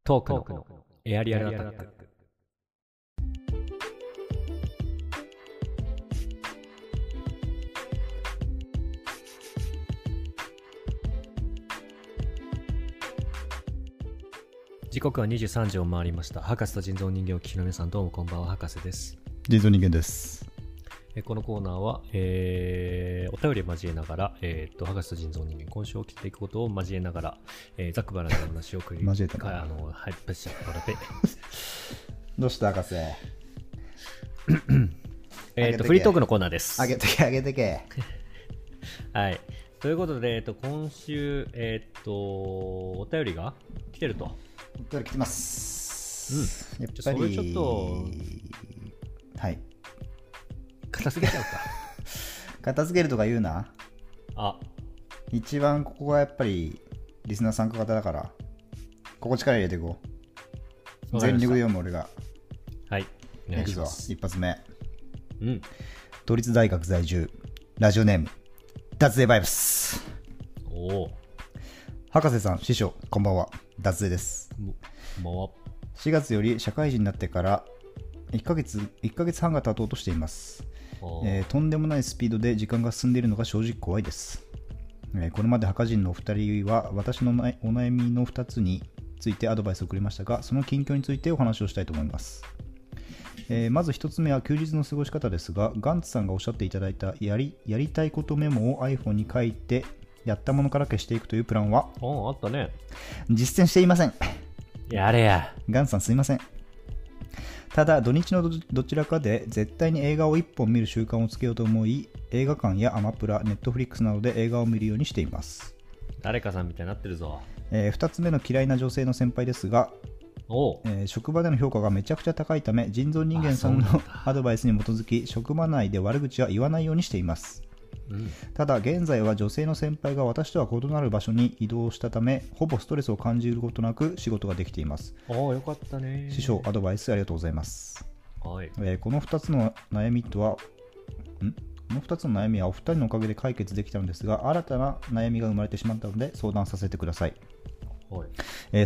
トークのエアリアルアタック。時刻は23時を回りました。博士と人造人間を聞きの皆さん、どうもこんばんは。博士です。 人造人間です。 このコーナーは、お便りを交えながら、博士と人造人間、今週起きていくことを交えながら、ざっくばらんな話を繰り交えたな。 はい、ペシッ、これペ。 どうした博士。 フリートークのコーナーです。 あげてけ、あげてけ。 はい。ということで、今週、お便りが来てると。 お便り来てます。やっぱりそれちょっと、 はい。 片付けちゃうか。 片付けるとか言うな。 あ、 一番ここがやっぱりリスナー参加型だから、ここ力入れていこう。全力で読む俺が。 はい。お願いします。 一発目。 うん。 都立大学在住、ラジオネーム、脱税バイブス。 おお。 博士さん、師匠、こんばんは。脱税です。 こんばんは。 4月より社会人になってから1ヶ月半が経とうとしています。とんでもないスピードで時間が進んでいるのが正直怖いです。これまで博人のお二人は私のお悩みの2つについてアドバイスをくれましたが、その近況についてお話をしたいと思います。まず1つ目は休日の過ごし方ですが、ガンツさんがおっしゃっていただいたやりたいことメモを iPhone に書いてやったものから消していくというプランはあったね。 実践していません。 やれや。 ガンツさんすいません。ただ土日のどちらかで絶対に映画を1本見る習慣をつけようと思い、映画館やアマプラ、ネットフリックスなどで映画を見るようにしています。 誰かさんみたいになってるぞ。 2つ目の嫌いな女性の先輩ですが、職場での評価がめちゃくちゃ高いため、人造人間さんのアドバイスに基づき職場内で悪口は言わないようにしています。ただ現在は女性の先輩が私とは異なる場所に移動したため、ほぼストレスを感じることなく仕事ができています。 よかったね。 師匠、アドバイスありがとうございます。 はい。 この2つの悩みはお二人のおかげで解決できたのですが、新たな悩みが生まれてしまったので相談させてください。 はい。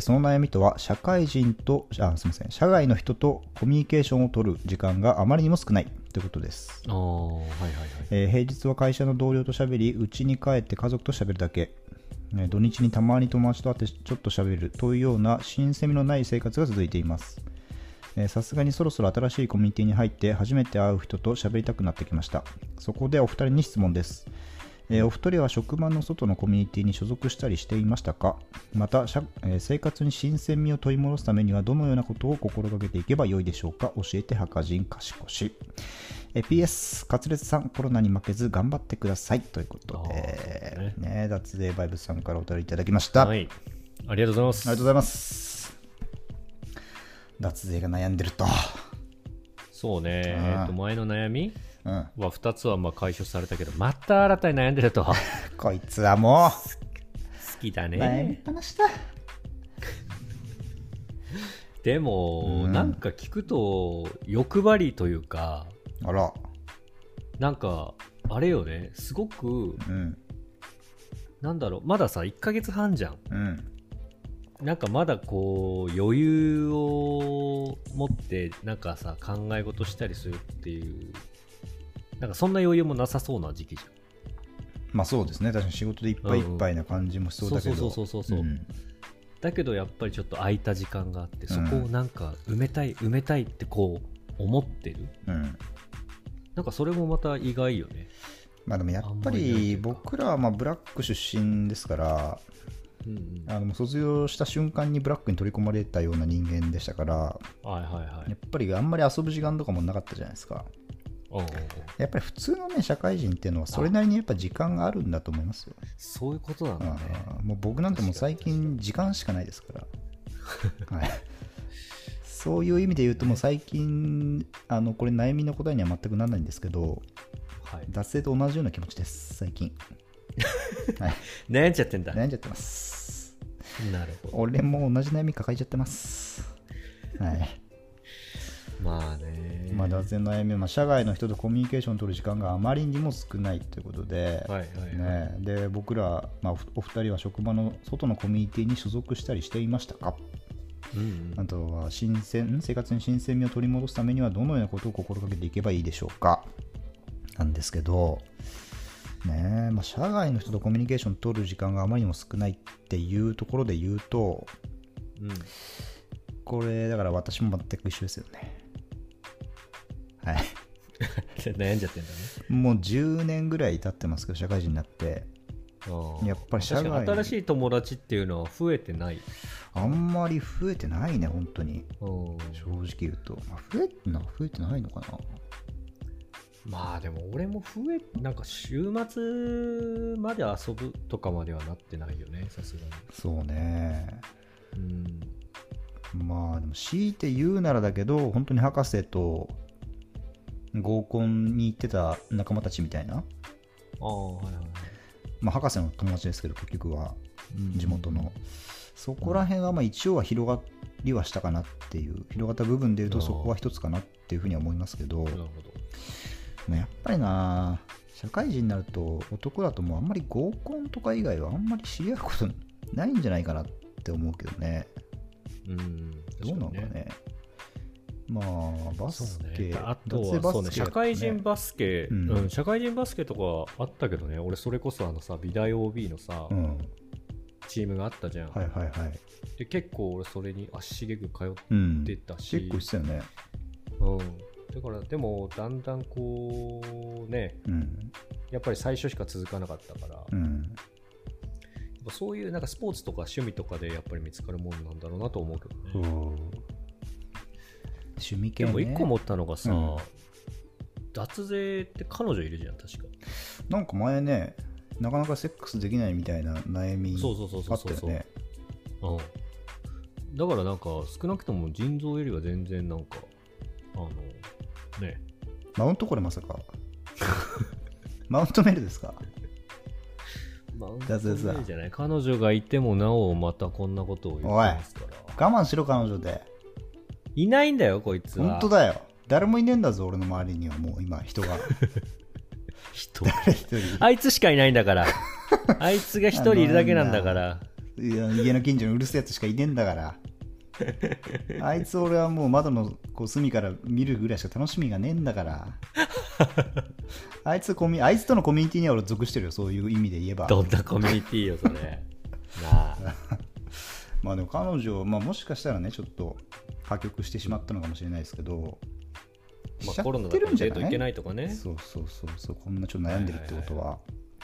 その悩みとは、社外の人とコミュニケーションを取る時間があまりにも少ないということです。平日は会社の同僚と喋り、家に帰って家族と喋るだけ、土日にたまに友達と会ってちょっと喋るというような新鮮味のない生活が続いています。さすがにそろそろ新しいコミュニティに入って初めて会う人と喋りたくなってきました。そこでお二人に質問です。お二人は職場の外のコミュニティに所属したりしていましたか？また、生活に新鮮味を取り戻すためにはどのようなことを心がけていけばよいでしょうか？教えて博人賢し。PS、カツレツさん、コロナに負けず頑張ってくださいということで、脱税バイブさんからお便りいただきました。 はい。ありがとうございます。 ありがとうございます。脱税が悩んでると。 そうね。前の悩みは 2つは解消されたけど、また新たに悩んでると。 こいつはもう好きだね。 悩みっぱなしだ。 でも、なんか聞くと欲張りというか、 あら、 なんかあれよね、すごく、なんだろう、まださ1ヶ月半じゃん。なんかまだこう余裕を持ってなんかさ考え事したりするっていう、なんかそんな余裕もなさそうな時期じゃん。 まあそうですね、確かに仕事でいっぱいいっぱいな感じもしそうだけど、 そう、だけどやっぱりちょっと空いた時間があって、そこをなんか埋めたいってこう思ってる、なんかそれもまた意外よね。 まあでもやっぱり僕らはまあブラック出身ですから、卒業した瞬間にブラックに取り込まれたような人間でしたから、やっぱりあんまり遊ぶ時間とかもなかったじゃないですか。やっぱり普通のね社会人っていうのはそれなりにやっぱ時間があるんだと思いますよ。 そういうことなんだね。 もう僕なんてもう最近時間しかないですから、そういう意味で言うともう最近これ悩みの答えには全くならないんですけど、脱税と同じような気持ちです最近。 悩んじゃってんだ。 悩んじゃってます。 なるほど。 俺も同じ悩み抱えちゃってます。 まあね。 脱税の悩みは、社外の人とコミュニケーションを取る時間があまりにも少ないということで、で僕ら、お二人は職場の外のコミュニティに所属したりしていましたか？ あとは生活に新鮮味を取り戻すためにはどのようなことを心がけていけばいいでしょうかなんですけどね、社外の人とコミュニケーション取る時間があまりにも少ないっていうところで言うと、これだから私も全く一緒ですよね。はい。 悩んじゃってんだね。 もう10年ぐらい経ってますけど、社会人になって、やっぱり社外新しい友達っていうのは増えてない。 あんまり増えてないね、本当に。正直言うと、増えてないのかな。 でも俺もなんか週末まで遊ぶとかまではなってないよね、さすがに。 そうね。でも強いて言うならだけど、本当に博士と合コンに行ってた仲間たちみたいな。博士の友達ですけど、結局は地元の。そこら辺は一応は広がりはしたかなっていう、広がった部分で言うとそこは一つかなっていうふうには思いますけど。なるほど。やっぱりな、社会人になると男だともうあんまり合コンとか以外はあんまり知り合うことないんじゃないかなって思うけどね。どうなのかね。バスケ、 あとはそうね、社会人バスケ、社会人バスケとかあったけどね、俺それこそ美大 OB のさ、チームがあったじゃん。で結構俺それに足しげく通ってたし、 結構したよね。 だからでもだんだんやっぱり最初しか続かなかったから、そういうなんかスポーツとか趣味とかでやっぱり見つかるもんなんだろうなと思うけどね。 趣味系ね。 でも一個思ったのがさ、脱税って彼女いるじゃん、確か。 なんか前ね、なかなかセックスできないみたいな悩みあったよね。 だからなんか少なくとも腎臓よりは全然なんかマウントこれまさかマウントメールですか。 マウントメールじゃない。彼女がいてもなおまたこんなことを言ってますから。 我慢しろ彼女で。 いないんだよこいつは。 本当だよ。誰もいねえんだぞ俺の周りにはもう今人が誰一人。 あいつしかいないんだからあいつが一人いるだけなんだから。 家の近所にうるせえやつしかいねえんだからあいつ俺はもう窓の隅から見るぐらいしか楽しみがねえんだからあいつとのコミュニティには俺属してるよ。そういう意味で言えば。 どんなコミュニティよそれなあでも彼女、もしかしたらねちょっと破局してしまったのかもしれないですけど、 コロナだからデート行けないとかね。 そうこんなちょっと悩んでるってことは、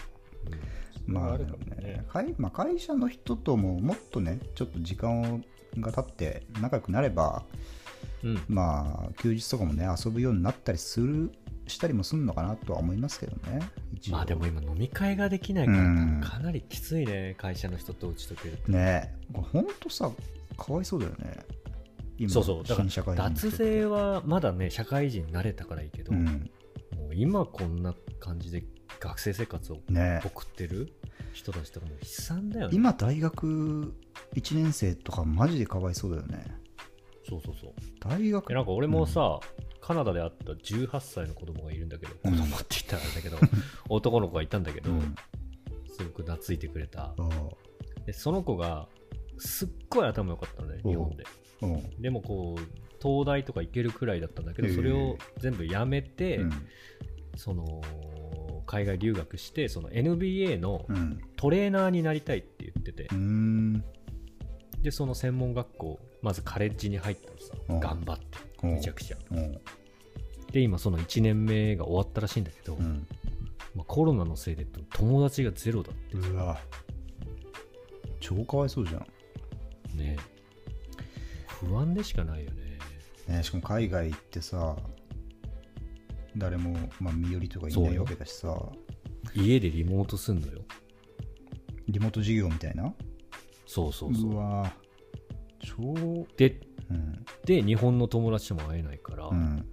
会社の人とももっとねちょっと時間が経って仲良くなれば、休日とかもね遊ぶようになったりしたりもするのかなとは思いますけどね。 でも今飲み会ができないからかなりきついね、会社の人と打ち解けるってね。ほんとさかわいそうだよね。 そうだから脱税はまだね社会人になれたからいいけど、もう今こんな感じで学生生活を送ってる人たちとかもう悲惨だよね。 今大学1年生とかマジでかわいそうだよね。 そう大学なんか俺もさ、カナダで会った18歳の子供がいるんだけど、子供って言ったらあれだけど男の子がいたんだけど、すごく懐いてくれた。でその子がすっごい頭良かったのね、日本で。でも東大とか行けるくらいだったんだけど、それを全部やめて、その海外留学してその NBA のトレーナーになりたいって言ってて、でその専門学校まずカレッジに入ったのさ、頑張ってめちゃくちゃ。で今その1年目が終わったらしいんだけど、コロナのせいで友達がゼロだって。 うわ超かわいそうじゃんね。不安でしかないよね。 しかも海外行ってさ誰も身寄りとかいないわけだしさ、 家でリモートすんのよ。 リモート授業みたいな。 そううわ超で日本の友達とも会えないから、もう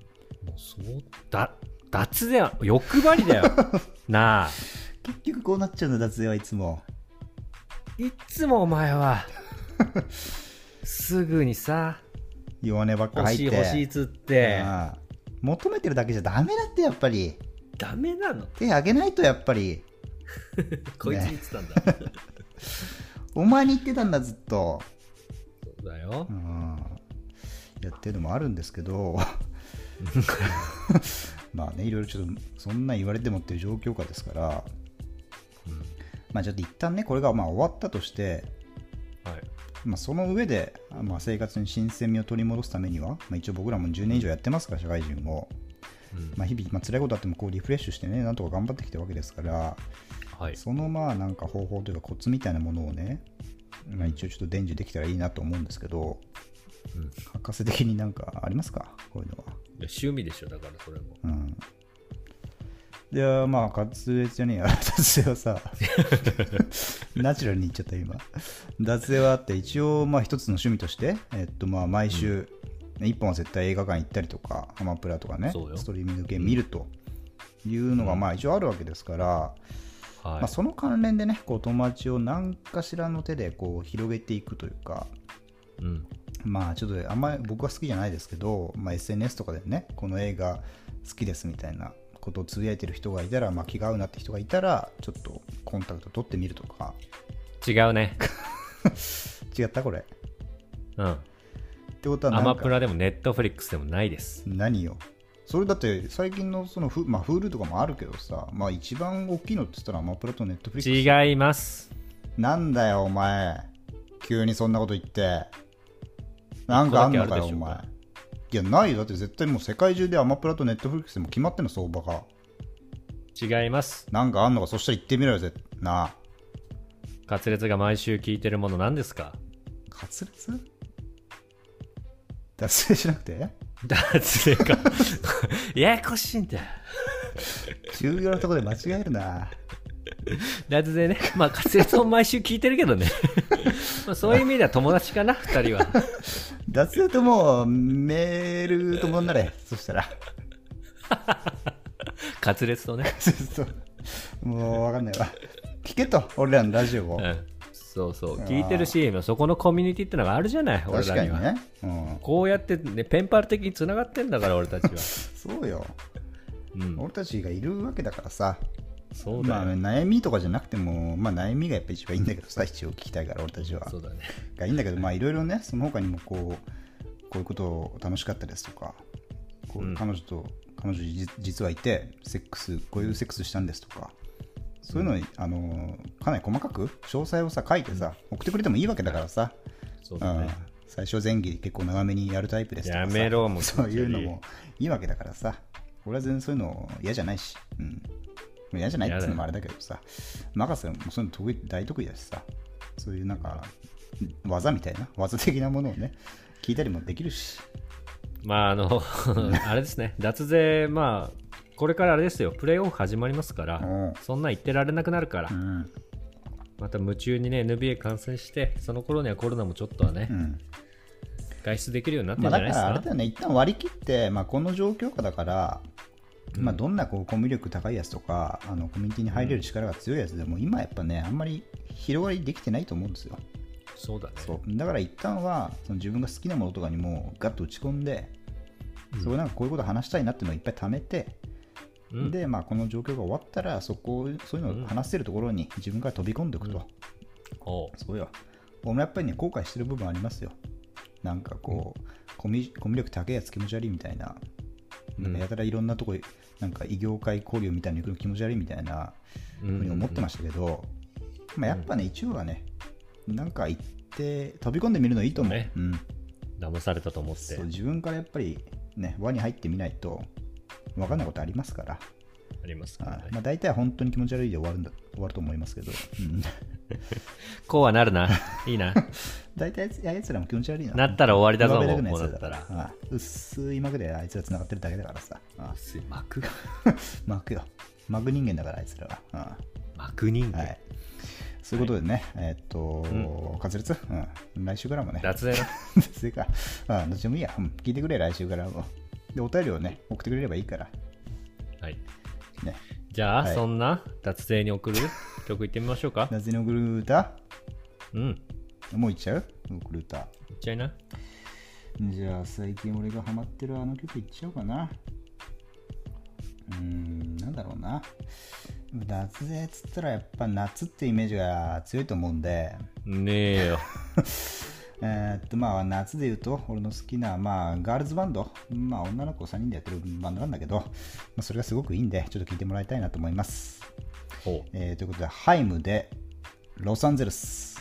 脱税は欲張りだよなあ。 結局こうなっちゃうんだ、脱税はいつもお前はすぐにさ弱音ばっか入って欲しいっつって求めてるだけじゃダメだって。やっぱりダメなの。 手あげないとやっぱりこいつに言ってたんだ、 お前に言ってたんだずっと。 そうだよ。 やってるのもあるんですけどまあね、いろいろちょっとそんな言われてもっていう状況下ですから、まあちょっと一旦ねこれがまあ終わったとして、まあ、その上で、まあ、生活に新鮮味を取り戻すためには、まあ、一応僕らも10年以上やってますから、社会人を、まあ、日々、まあ、辛いことあってもこうリフレッシュしてね、なんとか頑張ってきたわけですから、そのまあなんか方法というかコツみたいなものをね、まあ、一応ちょっと伝授できたらいいなと思うんですけど、博士的になんかありますか、こういうのは。いや趣味でしょ、だからそれも。 いやまあ滑舌じゃねえや、脱税はさナチュラルに言っちゃった今。脱税はあって、一応まあ一つの趣味として、まあ毎週1本は絶対映画館行ったりとか、アマプラとかね、ストリーミング系見るというのがまあ一応あるわけですから、まあ、その関連でね、こう友達を何かしらの手でこう広げていくというか、まあちょっとあんまり僕は好きじゃないですけど、まあ、SNS とかでね、この映画好きですみたいなことをつぶやいてる人がいたら、まあ、気が合うなって人がいたらちょっとコンタクト取ってみるとか。 違うね違ったこれ。ってことはアマプラでもネットフリックスでもないです。 何よそれ。だって最近のそのまあ、Hulu とかもあるけどさ、まあ一番大きいのって言ったらアマプラとネットフリックス。違います。 なんだよお前、急にそんなこと言って。なんかあんのかよお前。いやないよ、だって絶対もう世界中でアマプラとネットフリックスでも決まってんの、相場が。 違います。 なんかあんのか、そしたら言ってみろよなあ。 カツレツが毎週聞いてるものなんですか。 カツレツ？脱税しなくて？ 脱税かややこしいんだよ重要なところで間違えるな。 脱税ね。まあカツレツを毎週聞いてるけどねまあそういう意味では友達かな、2人は。 脱税ともうメール友になれ。そしたらカツレツとねもう分かんないわ。聞けと俺らのラジオを、 そうそう聞いてるし、そこのコミュニティってのがあるじゃない、俺らには。 確かにね、 こうやってね、ペンパル的に繋がってんだから俺たちはそうよ、俺たちがいるわけだからさ。 そうだよ、 まあ、悩みとかじゃなくても、まあ、悩みがやっぱ一番いいんだけどさ、一応聞きたいから俺たちは。 そうだね。 がいいんだけど、まあいろいろね、その他にもこういうこと楽しかったですとか、こう彼女実はいてこういうセックスしたんですとか、そういうのに、かなり細かく詳細をさ書いてさ、送ってくれてもいいわけだからさ。 そうだね。 最初前期結構長めにやるタイプですとかさ、 やめろもうそういうのもいいわけだからさ。俺は全然そういうの嫌じゃないし、嫌じゃないっていうのもあれだけどさ、任せもそういうの大得意だしさ、そういうなんか技みたいな技的なものをね聞いたりもできるし。 まああれですね、脱税、まあこれからあれですよ、プレーオフ始まりますから、そんな言ってられなくなるから、また夢中にね NBA 観戦して、その頃にはコロナもちょっとはね、外出できるようになってるんじゃないですか。 だからあれだよね、一旦割り切って、まあ、この状況下だから、まあ、どんなこうコミュ力高いやつとかコミュニティに入れる力が強いやつでも、今やっぱねあんまり広がりできてないと思うんですよ。 そうだね。 だから一旦はその自分が好きなものとかにもガッと打ち込んで、そこなんかこういうこと話したいなっていうのをいっぱい貯めて、でまあ、この状況が終わったらそういうのを話せるところに自分から飛び込んでいくと。そうよ。俺もやっぱりね後悔してる部分ありますよ。なんかこう、コミュ力高いやつ気持ち悪いみたいな、なんかやたらいろんなとこなんか異業界交流みたいに行くの気持ち悪いみたいなふうに思ってましたけど、まあ、やっぱね一応はねなんか行って飛び込んでみるのいいと思う。 騙されたと思って。 そう自分からやっぱりね輪に入ってみないと分かんないことありますから。 ありますからね。 まあ、大体本当に気持ち悪いで終わると思いますけど、 こうはなるな。いいな。 大体あいつらも気持ち悪いな。 なったら終わりだぞ、もうだったら。 薄い膜であいつら繋がってるだけだからさ。 薄い膜膜よ。膜人間だからあいつらは。 膜人間、 そういうことでね、カツレツ、来週からもね。 脱税な。 脱税か。どっちでもいいや。聞いてくれ、来週からも。で、お便りをね、送ってくれればいいから。 はい。 ね、 じゃあ、そんな脱税に送る曲いってみましょうか。 脱税に送る歌？もういっちゃう？送る歌。いっちゃいな。 じゃあ、最近俺がハマってるあの曲いっちゃおうかな。なんだろうな。脱税っつったらやっぱ夏ってイメージが強いと思うんで。 ねえよ。 まあ夏で言うと俺の好きな、まあ、ガールズバンド、まあ、女の子3人でやってるバンドなんだけど、まあ、それがすごくいいんでちょっと聞いてもらいたいなと思います。ということでハイムでロサンゼルス。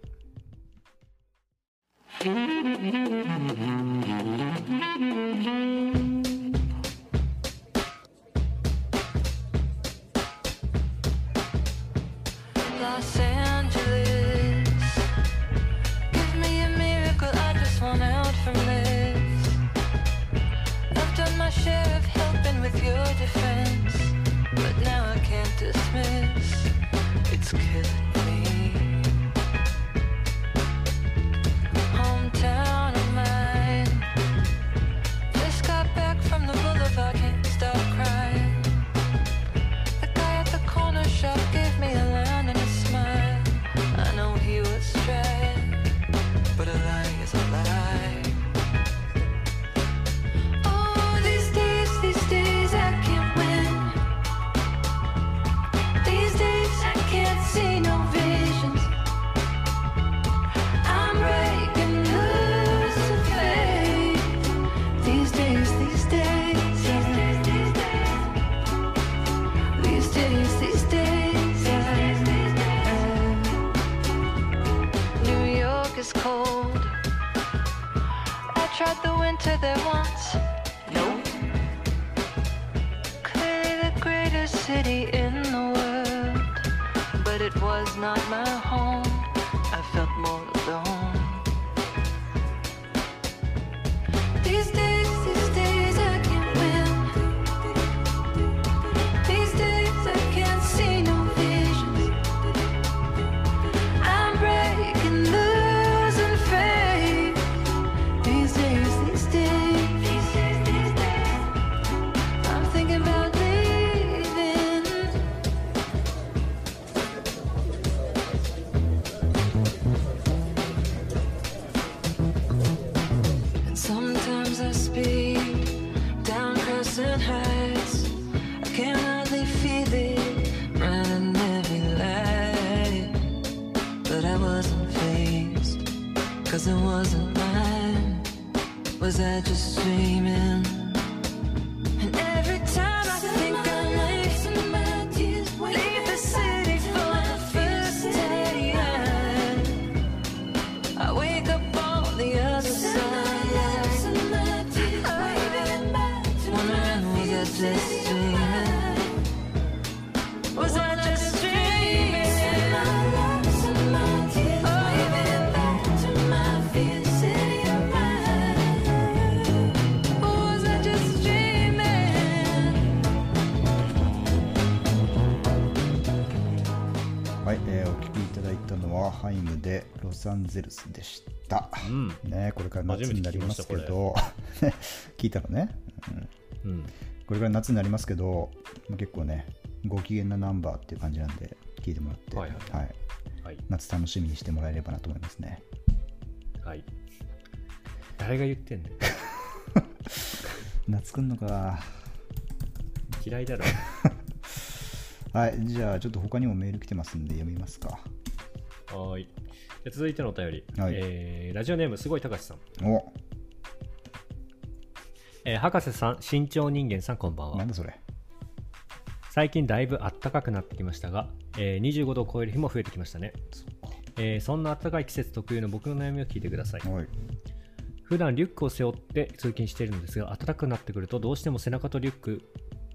ハイムでロサンゼルスでした、ね、これから夏になりますけど聞いたのね、これから夏になりますけど結構ねご機嫌なナンバーっていう感じなんで聞いてもらって、夏楽しみにしてもらえればなと思いますね。 はい。誰が言ってんの夏くんのか嫌いだろはい、じゃあちょっと他にもメール来てますんで読みますか。 はい。続いてのお便り、ラジオネームすごいたかしさん。博士さん、身長人間さん、こんばんは。 なんだそれ。 最近だいぶ暖かくなってきましたが、25度を超える日も増えてきましたね。そんな暖かい季節特有の僕の悩みを聞いてください。普段リュックを背負って通勤しているのですが、暖かくなってくるとどうしても背中とリュック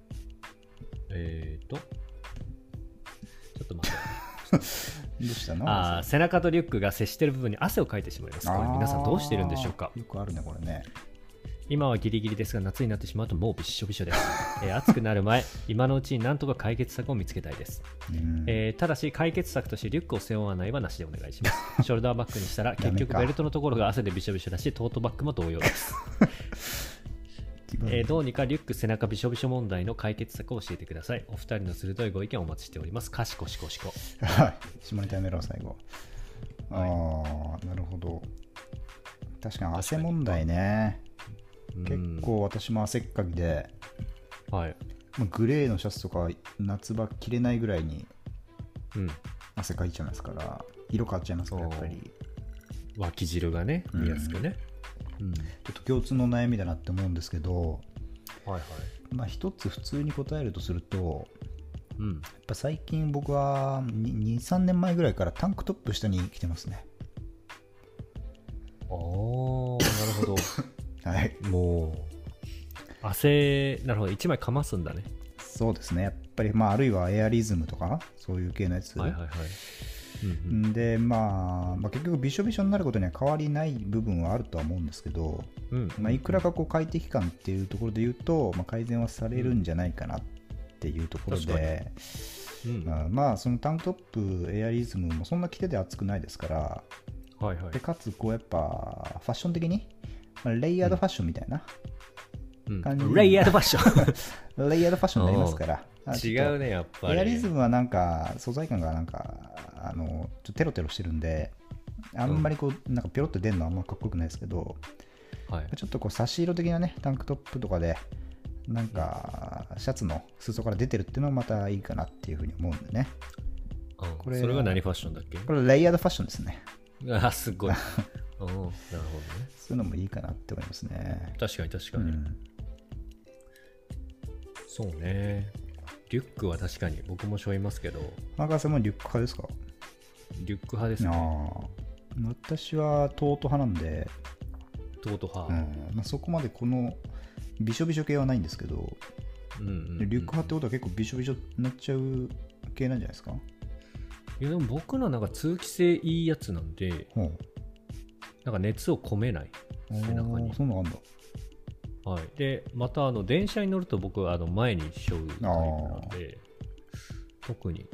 ちょっと待ってどうしたの？ 背中とリュックが接している部分に汗をかいてしまいます。これ皆さんどうしているんでしょうか？ よくあるねこれね。 今はギリギリですが、夏になってしまうともうびっしょびしょです。暑くなる前、今のうちになんとか解決策を見つけたいです。ただし解決策としてリュックを背負わないはなしでお願いします。ショルダーバッグにしたら結局ベルトのところが汗でびしょびしょだし、トートバッグも同様です。どうにかリュック背中びしょびしょ問題の解決策を教えてください。お二人の鋭いご意見をお待ちしております。かしこしこしこ。 はい。下ネタやめろ最後。なるほど。確かに汗問題ね。結構私も汗っかきで、グレーのシャツとか夏場着れないぐらいに汗かいちゃいますから、色変わっちゃいますからやっぱり。 脇汁がね見やすくね、 ちょっと共通の悩みだなって思うんですけど、 はいはい、 まあ一つ普通に答えるとすると、やっぱ最近僕は 2,3 年前ぐらいからタンクトップ下に来てますね。 ああ、なるほどはい、 もう汗、なるほど、1枚かますんだね。 そうですね、やっぱり、まあ、あるいはエアリズムとかそういう系のやつ、 はいはいはい、 で、まあ、結局びしょびしょになることには変わりない部分はあるとは思うんですけど、まあ、いくらかこう快適感っていうところで言うと、まあ、改善はされるんじゃないかなっていうところで、まあそのタンクトップエアリズムもそんな着てて暑くないですから、 はいはい、 でかつこうやっぱファッション的に、まあ、レイヤードファッションみたいな感じ、 レイヤードファッションレイヤードファッションになりますから違うねやっぱり。 エアリズムはなんか素材感がなんかちょっとテロテロしてるんで、あんまりこうなんかピョロって出るのはあんまかっこよくないですけど、ちょっとこう差し色的なねタンクトップとかでなんかシャツの裾から出てるっていうのはまたいいかなっていうふうに思うんでね。 これそれが何ファッションだっけ？ これレイヤードファッションですね。 あ、すごいなるほどね。 そういうのもいいかなって思いますね。 確かに確かに、そうね。リュックは確かに僕も背負いますけど。 マガさんもリュック派ですか？ リュック派ですね。 私はトート派なんで。 トート派、 まあ、そこまでこのびしょびしょ系はないんですけど、リュック派ってことは結構びしょびしょになっちゃう系なんじゃないですか？ いやでも僕のなんか通気性いいやつなんで、なんか熱を込めない背中に。 そういうのあんだ。 はい、でまた電車に乗ると僕は前に背負うタイプなんで、特に。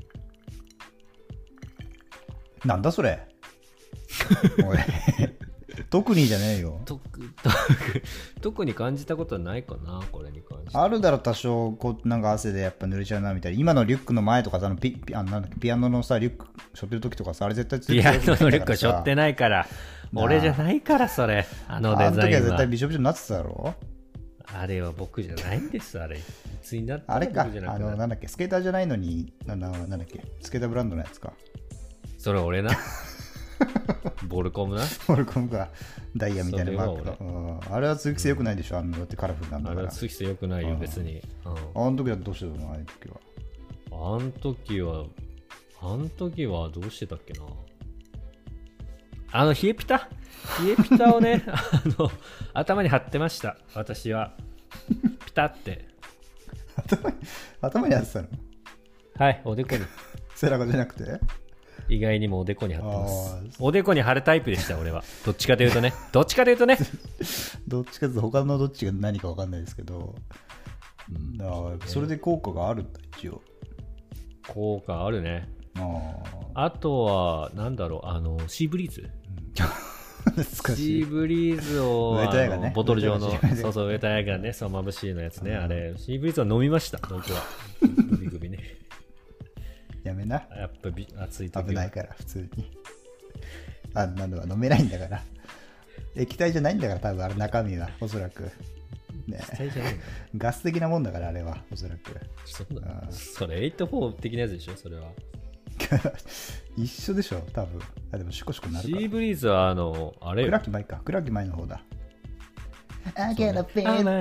なんだそれおい特にじゃねえよ。 特に感じたことはないかな、これに関して。 あるだろ多少こうなんか汗でやっぱ濡れちゃうなみたいな。今のリュックの前とかさ、ピアノのさリュック背負ってる時とかさ、あれ絶対ピアノのリュック背負ってないから、俺じゃないからそれ。あのデザインは。あの時は絶対びしょびしょになってただろ。 あれは僕じゃないんです。あれいつになったら僕じゃなくて、あれかなんだっけスケーターじゃないのになんだっけスケーターブランドのやつか。 それ俺なボルコムなボルコムかダイヤみたいなマークの、あれは通気性良くないでしょ、だってカラフルなんだから。 あれは通気性良くないよ別に。 あの時はどうしてたの？あの時はどうしてたっけな。冷えピタをね頭に貼ってました私は。ピタって頭に貼ってたの？ はい、おでこに。 背中じゃなくて意外にもおでこに貼ってます。おでこに貼るタイプでした俺は。どっちかというとねどっちかというと他のどっちが何か分かんないですけど、それで効果があるんだ。一応効果あるね。あとはなんだろう、シーブリーズシーブリーズをボトル状のそうそうウエタヤがね、そう眩しいのやつね、あれシーブリーズは飲みました僕は。グビグビねやめな、 やっぱ暑い時は危ないから普通にあんなのは飲めないんだから。液体じゃないんだから多分あれ中身はおそらくね、ガス的なもんだからあれはおそらく。 そうだ、それ8-4的なやつでしょそれは。 一緒でしょ多分。でもシュコシュコなるから。 シーブリーズはあれよ、 クラキ前か、クラキ前の方だ。I get a feel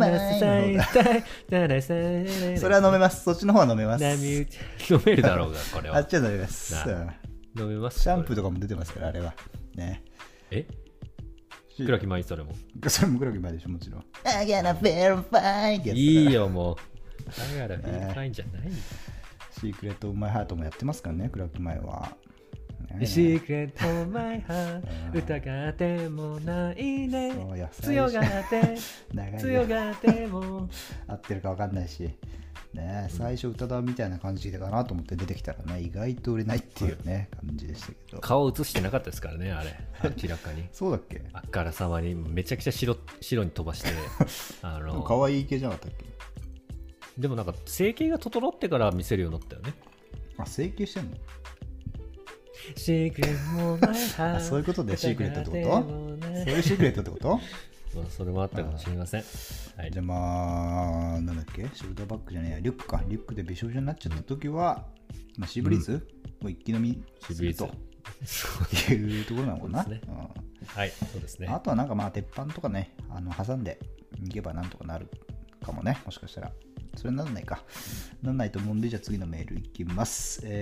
fine それは飲めます。そっちの方は飲めます。 飲めるだろうがこれは。 あっちは飲めます。 飲めます。 シャンプーとかも出てますからあれはね。 クラキ前それもクラキ前でしょもちろん。I get a feel fine いいよもう。だからフィールファインじゃないんだ。 シークレット・オブ・マイ・ハートもやってますからね、クラキ前は。 シークレット・オブ・マイ・ハート疑ってもないね、強がっても合ってるか分かんないし、ね、最初宇多田みたいな感じかなと思って出てきたらね、意外と売れないっていうね、感じでしたけど。 顔映してなかったですからね、あれ明らかに。 そうだっけ？ あからさまにめちゃくちゃ白に飛ばして可愛い系じゃなかったっけ？ でもなんか整形が整ってから見せるようになったよね。 あ、整形してんの？ シークレットもマイハート。 そういうことでシークレットってこと？そういうシークレットってこと？ まあそれもあったかもしれません。 はい、じゃあまあなんだっけ、ショルダーバッグじゃねえや、リュックか。リュックでびしょびしょになっちゃった時は、まあ、シーブリーズを一気飲みすると。 いうところなのかな。 ね、はい、そうですね。 あとはなんかまあ鉄板とかね、挟んでいけばなんとかなるかもね、もしかしたら。それにならないか。ならないと思うんで、じゃあ次のメールいきます。次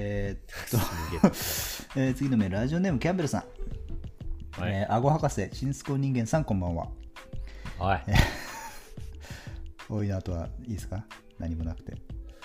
のメール、ラジオネームキャンベルさん。はい、顎博士、新スコ人間さん、こんばんは。 はい。 多いな、あとはいいですか？何もなくて。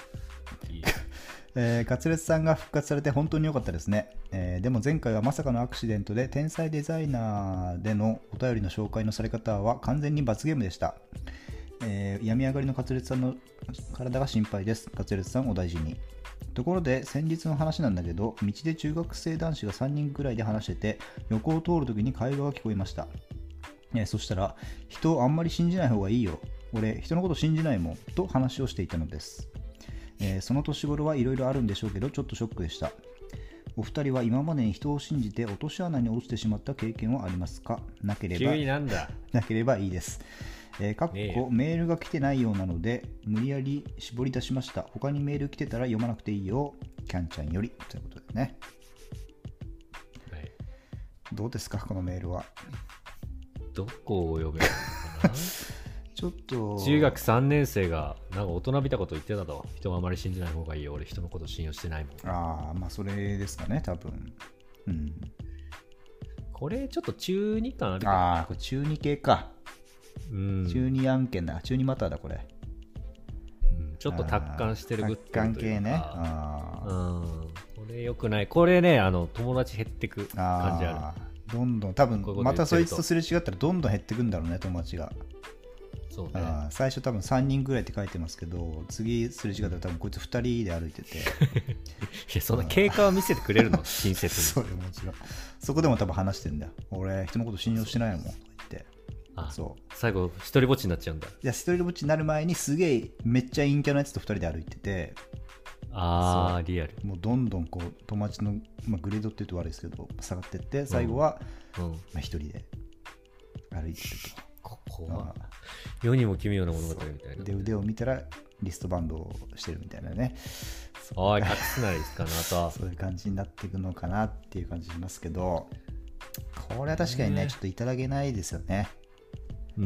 カツレツさんが復活されて本当に良かったですね。でも前回はまさかのアクシデントで天才デザイナーでのお便りの紹介のされ方は完全に罰ゲームでした。病み上がりのカツレツさんの体が心配です。カツレツさんお大事に。ところで先日の話なんだけど、道で中学生男子が3人くらいで話してて、横を通るときに会話が聞こえました。そしたら、人をあんまり信じない方がいいよ、俺人のこと信じないもんと話をしていたのです。その年頃はいろいろあるんでしょうけど、ちょっとショックでした。お二人は今までに人を信じて落とし穴に落ちてしまった経験はありますか？なければいいです。かっこメールが来てないようなので無理やり絞り出しました。他にメール来てたら読まなくていいよ、キャンちゃんよりということでね、はい、どうですかこのメールは。 どこを読めばいいのかなちょっと中学3年生がなんか大人びたこと言ってたと。人はあまり信じない方がいいよ、俺人のこと信用してないもん。 ああ、まあそれですかね多分。うん、 これちょっと中2感ある。 ああ、これ中2系か。 うん、 中2案件だ、中2マターだこれ、 うん、ちょっと達観してるグッズ達観系ね。 これよくない。これね、友達減ってく感じある。 どんどん多分またそいつとすれ違ったらどんどん減ってくんだろうね、友達が。 そうね、 最初多分3人ぐらいって書いてますけど、次すれ違ったら多分こいつ2人で歩いてていや、そんな経過を見せてくれるの親切にそれもちろんそこでも多分話してんだよ、俺人のこと信用してないもんとか言って。 そう最後一人ぼっちになっちゃうんだ。 いや、一人ぼっちになる前にすげえめっちゃ陰キャなやつと2人で歩いてて、 リアル。 もうどんどんこう友達の、グレードって言うと悪いですけど下がってって、最後は一人で歩いてると。 ここは世にも奇妙な物語みたいな。 で腕を見たらリストバンドをしてるみたいなね。 おい隠すなりですかなとそういう感じになっていくのかなっていう感じしますけど、これは確かにねちょっといただけないですよね。中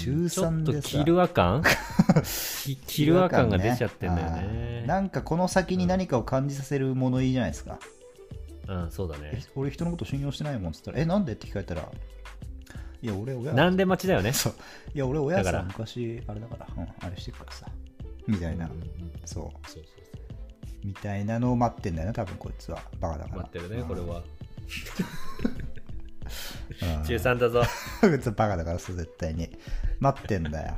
3でさ、ちょっとキルア感キルア感が出ちゃってんだよね。 なんかこの先に何かを感じさせる物言いじゃないですか。 そうだね。 俺人のこと信用してないもんっつったら、なんでって聞かれたら、いや俺親なんで待ちだよね。 そう、いや俺親さ昔あれだから、あれしてるからさみたいな、そうみたいなのを待ってんだよね多分こいつは。バカだから待ってるね、これは中3だぞこいつはバカだからさ、絶対に待ってんだよ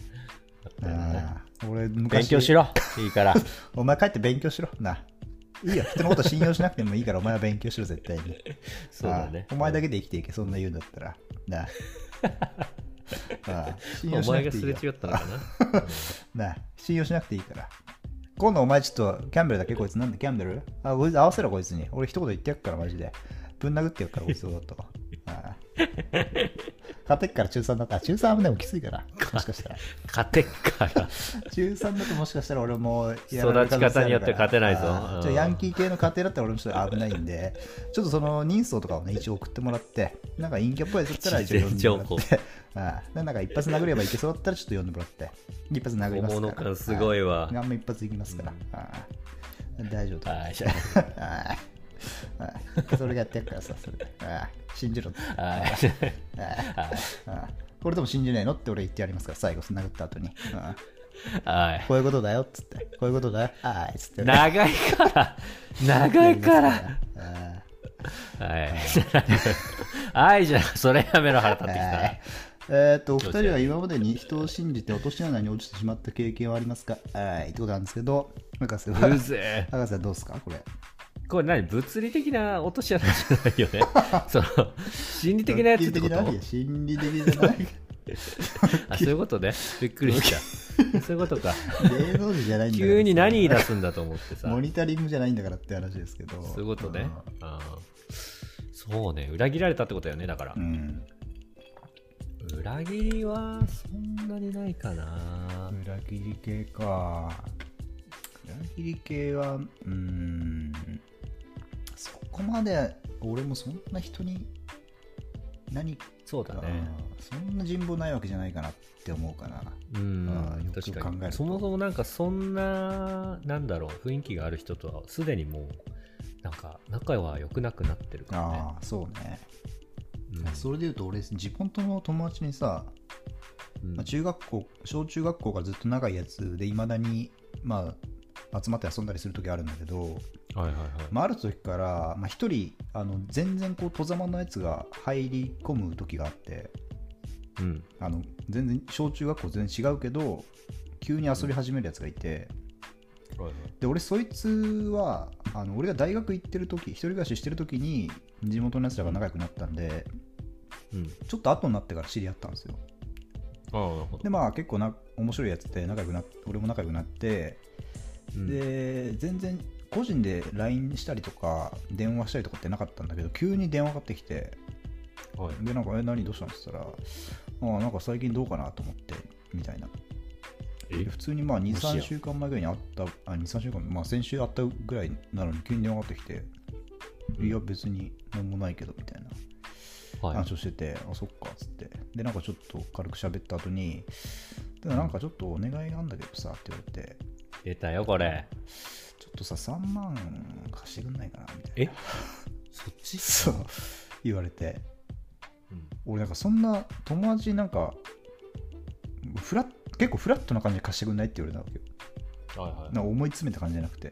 俺昔勉強しろいいからお前帰って勉強しろな。いいよ、人のこと信用しなくてもいいからお前は勉強しろ絶対に。 そうだね。 お前だけで生きていけ、そんな言うんだったらな信用しなくていいよ。お前がすれ違ったのかなな信用しなくていいから。今度お前ちょっとキャンベルだけ、こいつなんでキャンベルこいつ合わせろこいつに。俺一言言ってやっからマジでぶん殴ってやっからこいつだと勝てっから中3だったら、中3はでもきついからもしかしたら勝てっから中3だともしかしたら俺も育ち方によって勝てないぞ。 ヤンキー系の家庭だったら俺もちょっと危ないんで、ちょっとその人相とかをね一応送ってもらって、なんか陰キャっぽいやつだったら一応読んでもらってなんか一発殴ればいけそうだったらちょっと読んでもらって、一発殴りますから。 物感すごいわ。 ガンマ一発いきますから大丈夫だ。それがやってやるからさ、それ信じろこれでも信じないのって俺言ってやりますから、最後殴った後にこういうことだよっつって、こういうことだよっつって、 長いからはいじゃあそれやめろ、腹立ってきた。 お二人は今までに人を信じて落とし穴に落ちてしまった経験はありますか？ってことなんですけど、博士はどうですかこれ。 これ何、物理的な落とし穴じゃないよねその心理的なやつってこと？ 心理的じゃないそういうことね。びっくりしたそういうことか。 芸能人じゃないんだから急に何言い出すんだと思ってさモニタリングじゃないんだからって話ですけど。 そういうことね。そうね、裏切られたってことだよね。だから、裏切りはそんなにないかな。 裏切り系か。裏切り系はそこまで俺もそんな人にそうだね、 そんな人望ないわけじゃないかなって思うかな。 よく考えるとそもそもなんかそんななんだろう雰囲気がある人とはすでにもうなんか仲は良くなくなってるからね。 そうね、それでいうと俺地元の友達にさ、中学校小中学校からずっと仲いいやつでいまだに集まって遊んだりする時あるんだけど、ある時から一人全然こう戸ざまのやつが入り込む時があって、全然小中学校全然違うけど急に遊び始めるやつがいて、で俺そいつは俺が大学行ってる時一人暮らししてる時に地元のやつらが仲良くなったんで、ちょっと後になってから知り合ったんですよ。で結構面白いやつで俺も仲良くなって、で全然個人で LINE したりとか電話したりとかってなかったんだけど、急に電話かかってきて、でなんか何どうしたんって言ったら、なんか最近どうかなと思ってみたいな。普通に2、3週間前ぐらいに会った2、3週間、先週会ったぐらいなのに急に電話かかってきて、いや別に何もないけどみたいな話をしてて、そっかっつって、でなんかちょっと軽く喋った後に、なんかちょっとお願いがあるんだけどさって言われて、 出たよこれ、 ちょっとさ3万貸してくんないかなみたいな。 そっちそう言われて、俺なんかそんな友達なんか結構フラットな感じで貸してくんないって言われたわけよ。なんか思い詰めた感じじゃなくて、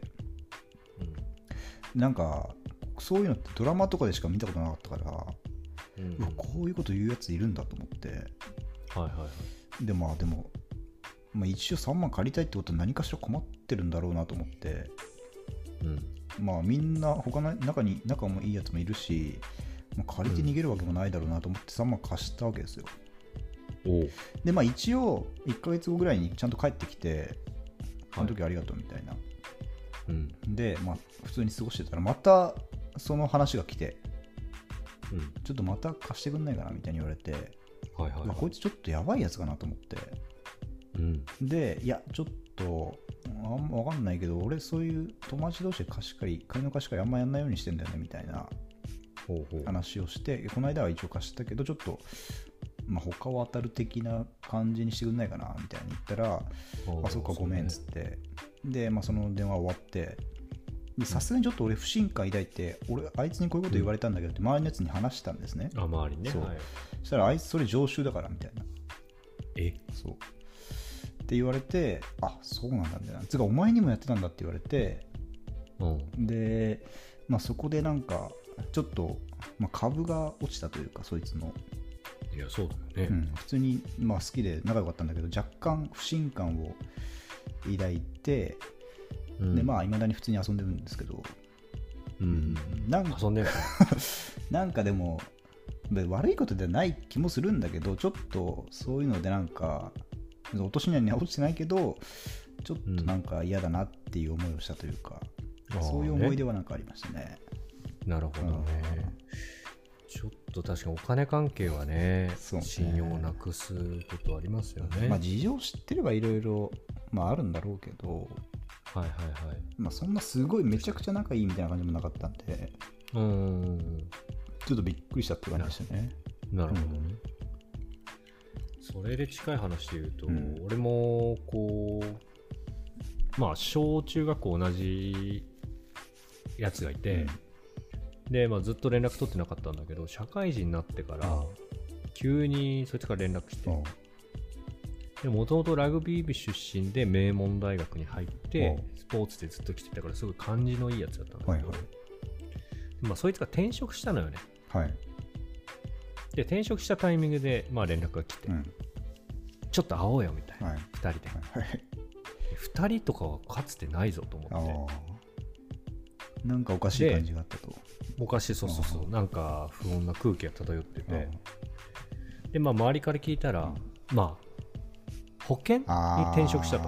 なんかそういうのってドラマとかでしか見たことなかったから、こういうこと言うやついるんだと思って、でも一応3万借りたいってことは何かしら困ってるんだろうなと思って、みんな他の仲もいいやつもいるし、借りて逃げるわけもないだろうなと思って3万貸したわけですよ。で一応1ヶ月後ぐらいにちゃんと帰ってきて、あの時ありがとうみたいな、で普通に過ごしてたらまたその話が来て、ちょっとまた貸してくんないかなみたいに言われて、こいつちょっとやばいやつかなと思って、でいやちょっとあんま分かんないけど俺そういう友達同士で金の貸し借りあんまやんないようにしてんだよねみたいな話をして、この間は一応貸したけどちょっと他を当たる的な感じにしてくんないかなみたいに言ったら、そっかごめんっつって、でその電話終わって、さすがにちょっと俺不信感抱いて、俺あいつにこういうこと言われたんだけどって周りのやつに話したんですね。 周りね。そしたらあいつそれ常習だからみたいな。そうって言われて、そうなんだみたいな、つうかお前にもやってたんだって言われて、でそこでなんかちょっと、株が落ちたというか、そいつの。 いやそうだよね、 普通に好きで仲良かったんだけど、若干不信感を抱いて、でいまだに普通に遊んでるんですけど、 遊んでるなんかでも悪いことではない気もするんだけど、ちょっとそういうのでなんか落としには落ちてないけど、ちょっとなんか嫌だなっていう思いをしたというか、そういう思い出はなんかありましたね。 なるほどね。ちょっと確かにお金関係はね、信用をなくすことありますよね。 事情知ってればいろいろあるんだろうけど、そんなすごいめちゃくちゃ仲いいみたいな感じもなかったんで、ちょっとびっくりしたって感じでしたね。 なるほどね。それで近い話で言うと、俺もこう小中学校同じやつがいて、でずっと連絡取ってなかったんだけど、社会人になってから急にそいつから連絡して、でもともとラグビー部出身で名門大学に入ってスポーツでずっと来てたから、すごい感じのいいやつだったんだけど、そいつが転職したのよね。で転職したタイミングで連絡が来て、ちょっと会おうよみたいな、2人で、2人とかはかつてないぞと思って、 なんかおかしい感じがあったと。 おかしい、そうなんか不穏な空気が漂ってて、で周りから聞いたら、保険に転職したと。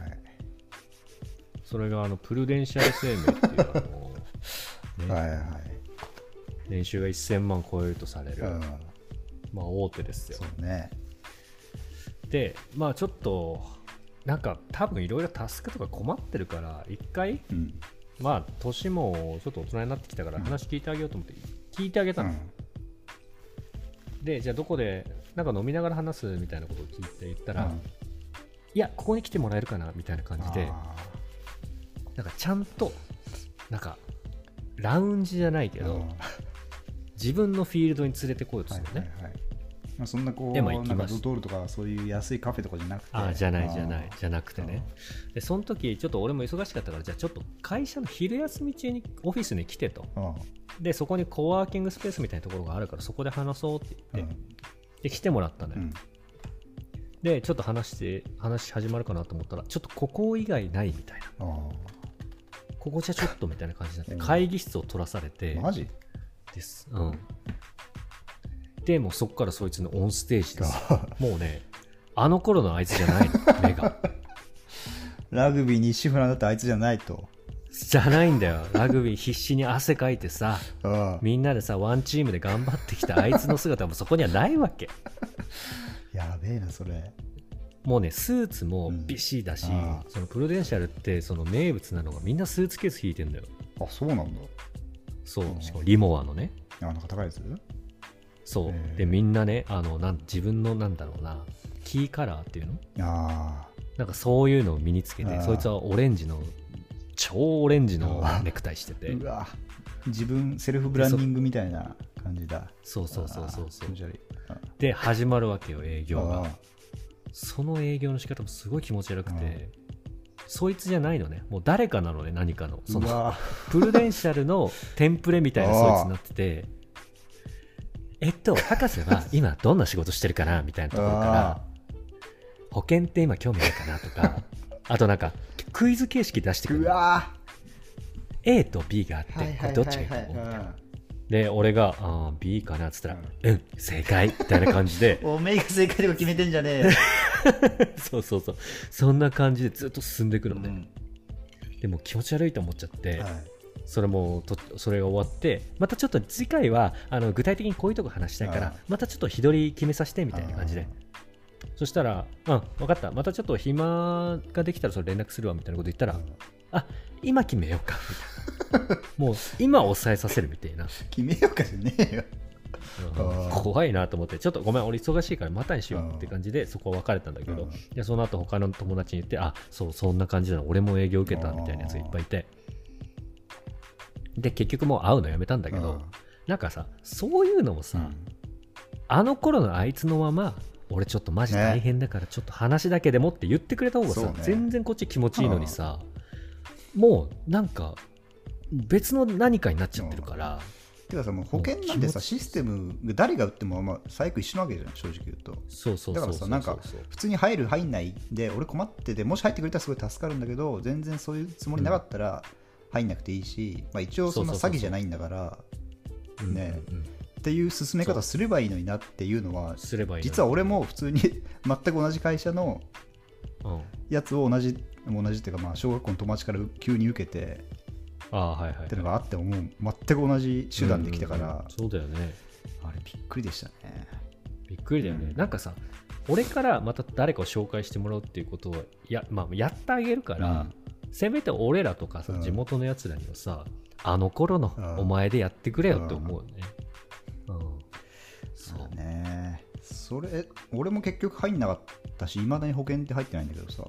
それがプルデンシャル生命っていう年収が1000万超えるとされる、大手ですよ。でちょっとなんか多分いろいろタスクとか困ってるから、一回年もちょっと大人になってきたから話聞いてあげようと思って聞いてあげたの、でじゃあどこでなんか飲みながら話すみたいなことを聞いて言ったら、いやここに来てもらえるかなみたいな感じで、なんかちゃんとなんかラウンジじゃないけど、自分のフィールドに連れてこようとするよね。 まあ、そんなこうなんかドトールとかそういう安いカフェとかじゃなくて、 じゃなくてね。でその時ちょっと俺も忙しかったから、じゃあちょっと会社の昼休み中にオフィスに来てと、でそこにコワーキングスペースみたいなところがあるからそこで話そうって言って、で来てもらったのよ、でちょっと話始まるかなと思ったら、ちょっとここ以外ないみたいな、ここじゃちょっとみたいな感じになって会議室を取らされて、 マジです、でもうそこからそいつのオンステージですもうね、あの頃のあいつじゃないの目がラグビーに一心不乱だったあいつじゃないと。 じゃないんだよ。ラグビー必死に汗かいてさみんなでさワンチームで頑張ってきたあいつの姿もそこにはないわけやべえなそれ。 もうねスーツもビシーだし、そのプルデンシャルってその名物なのがみんなスーツケース引いてんだよ。 あ、そうなんだ。 そう、しかもリモアのね、 なんか高いやつ。 そうでみんなね自分のなんだろうなキーカラーっていうの、なんかそういうのを身につけて、そいつはオレンジの超オレンジのネクタイしてて、 うわ自分セルフブランディングみたいな感じだ。 そうで始まるわけよ営業が。その営業の仕方もすごい気持ち悪くて、そいつじゃないのね、もう誰かなのね、何かのそのプルデンシャルのテンプレみたいなそいつになってて、博士は今どんな仕事してるかなみたいなところから保険って今興味ないかなとかあとなんかクイズ形式出してくる。A と B があってこれどっちがいいと思うみたいな。で俺がB かなっつったら正解みたいな感じでおめえが正解とか決めてんじゃねえよそうそんな感じでずっと進んでいくのね、でも気持ち悪いと思っちゃって、それが終わってまたちょっと次回は具体的にこういうとこ話したいからまたちょっと日取り決めさせてみたいな感じで、そしたら分かった、またちょっと暇ができたらそれ連絡するわみたいなこと言ったら、今決めようかみたいなもう今抑えさせるみたいな決めようかじゃねえよ怖いなと思って、ちょっとごめん俺忙しいからまたにしようって感じでそこは別れたんだけど、でその後他の友達に言ってそんな感じなの俺も営業受けたみたいなやつがいっぱいいて、で結局もう会うのやめたんだけど、なんかさそういうのもさ、あの頃のあいつのまま俺ちょっとマジ大変だからちょっと話だけでもって言ってくれた方がさ、全然こっち気持ちいいのにさ、もうなんか別の何かになっちゃってるから、 てかさもう保険なんてさシステム誰が打っても最悪一緒なわけじゃん正直言うと。だからさなんか普通に入る入んないで俺困っててもし入ってくれたらすごい助かるんだけど、全然そういうつもりなかったら入んなくていいし、一応そんな詐欺じゃないんだからねっていう進め方すればいいのになっていうのは、実は俺も普通に全く同じ会社のやつを同じっていうか小学校の友達から急に受けてっていうのがあってももう全く同じ手段で来たから、 そうだよね、 あれびっくりでしたね。 びっくりだよね、なんかさ俺からまた誰かを紹介してもらうっていうことはやってあげるから、せめて俺らとかさ、地元のやつらにはさあの頃のお前でやってくれよって思うよね。 そうね、それ俺も結局入んなかったし、いまだに保険って入ってないんだけどさ、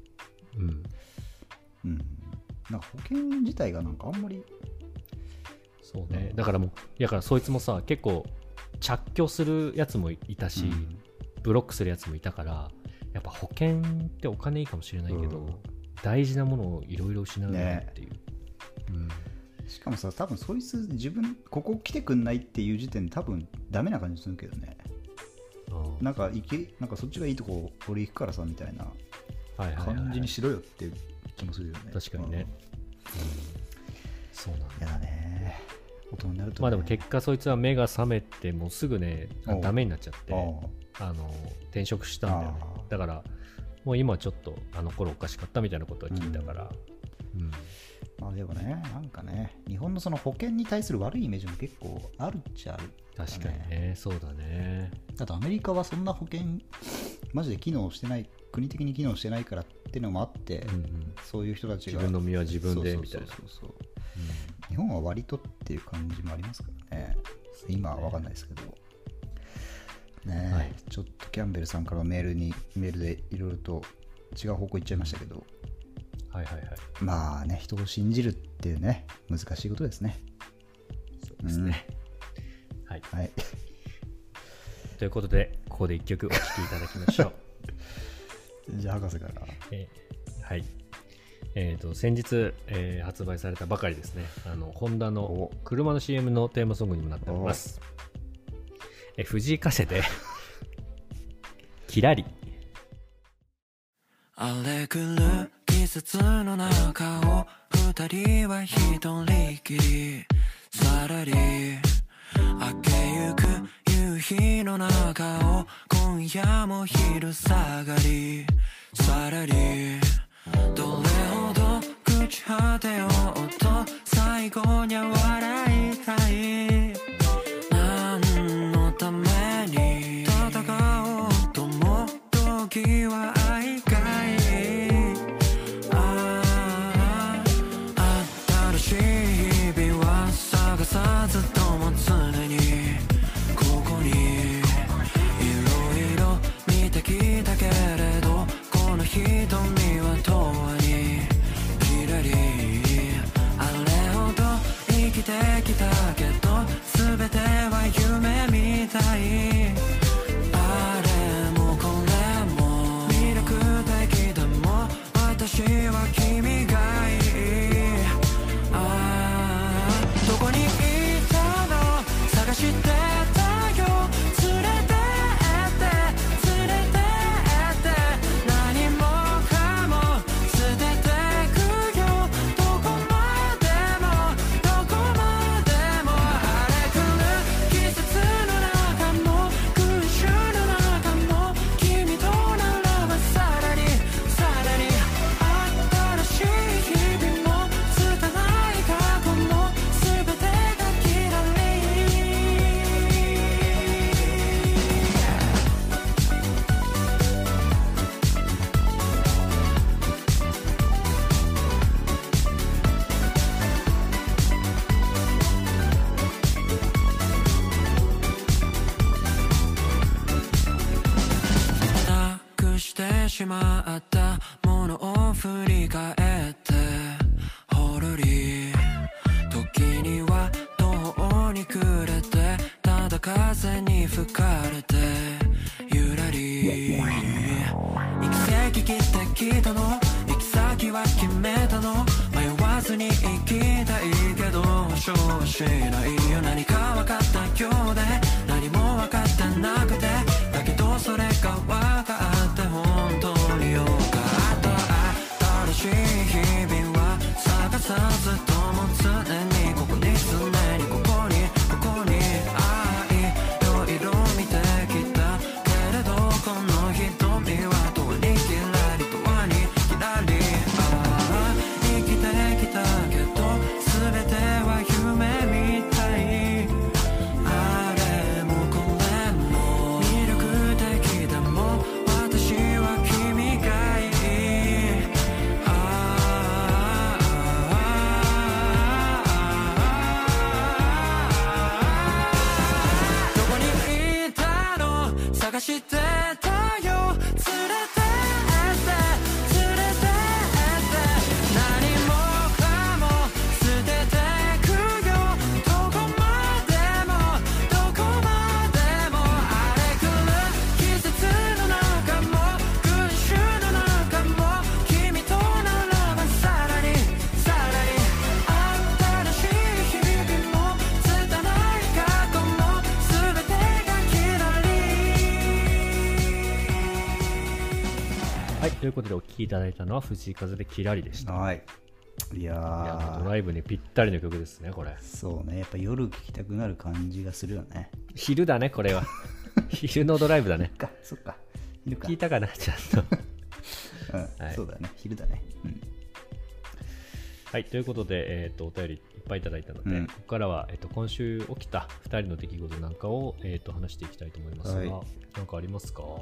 なんか保険自体がなんかあんまりそうね、だからそいつもさ結構着去するやつもいたし、ブロックするやつもいたから、やっぱ保険ってお金いいかもしれないけど、大事なものをいろいろ失うねっていう、 しかもさ多分そいつ自分ここ来てくんないっていう時点で多分ダメな感じするけどね。なんかそっちがいいとこ俺行くからさみたいな感じにしろよっていう気もするよね。 確かにね、そうなんだ。 いやね、大人になるとね。 でも結果そいつは目が覚めてもうすぐねダメになっちゃって転職したんだよね。だからもう今ちょっとあの頃おかしかったみたいなことは聞いたから、 でもね、なんかね、日本のその保険に対する悪いイメージも結構あるっちゃある、ね。 確かにね、そうだね。 あとアメリカはそんな保険マジで機能してない、国的に機能してないからっていうのもあって、そういう人たちが自分の身は自分でみたいな。 日本は割とっていう感じもありますからね。 今は分かんないですけどね、はい、ちょっとキャンベルさんからメールでいろいろと違う方向行っちゃいましたけど、 はいはいはい、 まあね、人を信じるっていうね、難しいことですね。 そうですね、 はい、はい、 ということでここで1曲お聴きいただきましょうじゃあ博士から、 はい、先日、発売されたばかりですね、ホンダの車の CM のテーマソングにもなっております。藤井風でキラリ。 荒れ狂う季節の中を二人は一人きりさらり明けゆく夕日の中を今夜も昼下がりさらりどれほど朽ち果てようと最後には笑いたい何のために戦おうとも時は愛かい新しい日々は探さずとも常にここにいろいろ見てきたけれどこの瞳は永遠にキラリあれほど生きてきたけど全ては夢みたいあれもこれも魅力的でも私は君がいいどこにいたの探してたよ連れてって連れてって何もかも捨ててくよどこまでもどこまでも荒れ狂う季節の中も空襲の中も君とならばさらにさらに新しい日々も拙い過去も全てがキラリなくしてしまったものを振り返ってほろり時には途方に暮れてただ風に吹かれてゆらり行き先切ってきたの行き先は決めたの迷わずに行きたいけど保証はしないよ何か分かったようで何も分かってなくてだけどそれが分かって本当によかった新しい日々は探さずとも常にここに常にここに愛いろいろ見てきたけれどこの瞳は永遠にキラリ永遠にキラリ生きてきたけど全ては夢みたいあれもこれも魅力的でも私は君がいいどこにいたの探してたよ連れてって連れてって何もかも捨ててくよどこまでもどこまでも荒れ狂う季節の中も群衆の中も君とならばさらにさらに新しい日々も拙い過去も全てがキラリはい、ということでお聴きいただいたのは藤井風でキラリでした。 はい。いやー、 ドライブにぴったりの曲ですね、これ。 そうね、やっぱ夜聴きたくなる感じがするよね。 昼だね、これは。昼のドライブだね。 そっか。昼か。 聞いたかな、ちゃんと。 はい、そうだね、昼だね。 はい、ということで、お便りいっぱいいただいたので、ここからは、今週起きた2人の出来事なんかを、話していきたいと思いますが、 はい、 なんかありますか？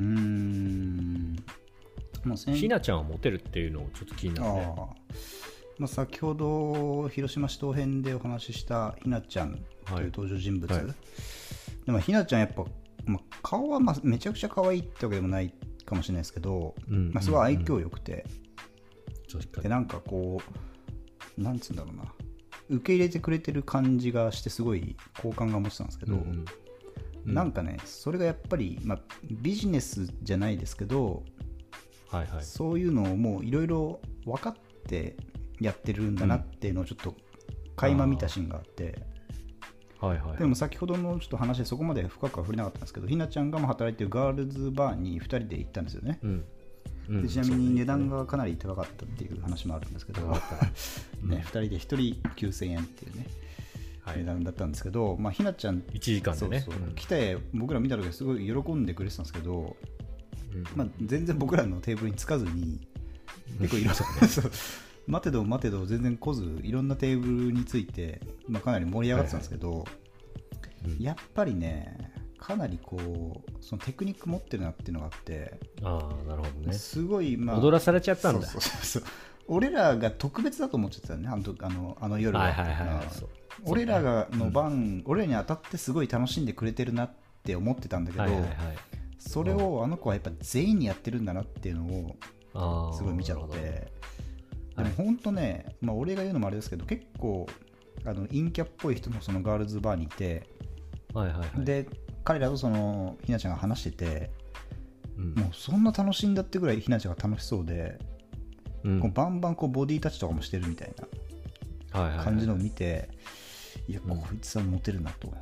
もうひなちゃんはモテるっていうのをちょっと気になるね。 先ほど広島市東編でお話ししたひなちゃんという登場人物、はいはい、でもひなちゃんやっぱ、顔はめちゃくちゃ可愛いってわけでもないかもしれないですけど、すごい愛嬌よくて、でなんかこうなんつうんだろうな、受け入れてくれてる感じがしてすごい好感が持ってたんですけど、なんかねそれがやっぱり、ビジネスじゃないですけど、はいはい、そういうのをもういろいろ分かってやってるんだなっていうのをちょっと垣間見たシーンがあって、はいはい、でも先ほどのちょっと話でそこまで深くは触れなかったんですけど、ひなちゃんが働いてるガールズバーに2人で行ったんですよね、でちなみに値段がかなり高かったっていう話もあるんですけど、ね、2人で1人9000円っていうね、値段だったんですけど、ひなちゃん 1時間でね、 来て僕ら見た時すごい喜んでくれてたんですけど、全然僕らのテーブルにつかずに結構いろんな待てど待てど全然来ず、いろんなテーブルについて、かなり盛り上がってたんですけど、やっぱりねかなりこうそのテクニック持ってるなっていうのがあって、 なるほどね、 すごい、 踊らされちゃったんだ。 そう俺らが特別だと思っちゃってたね、あの夜は、俺らの番、俺らに当たってすごい楽しんでくれてるなって思ってたんだけど、それをあの子はやっぱ全員にやってるんだなっていうのをすごい見ちゃって、でも本当ね、俺が言うのもあれですけど、結構陰キャっぽい人もそのガールズバーにいて、で彼らとそのひなちゃんが話してて、もうそんな楽しいんだってぐらいひなちゃんが楽しそうで、こうバンバンこうボディタッチとかもしてるみたいな感じのを見て、いやこいつはモテるなと、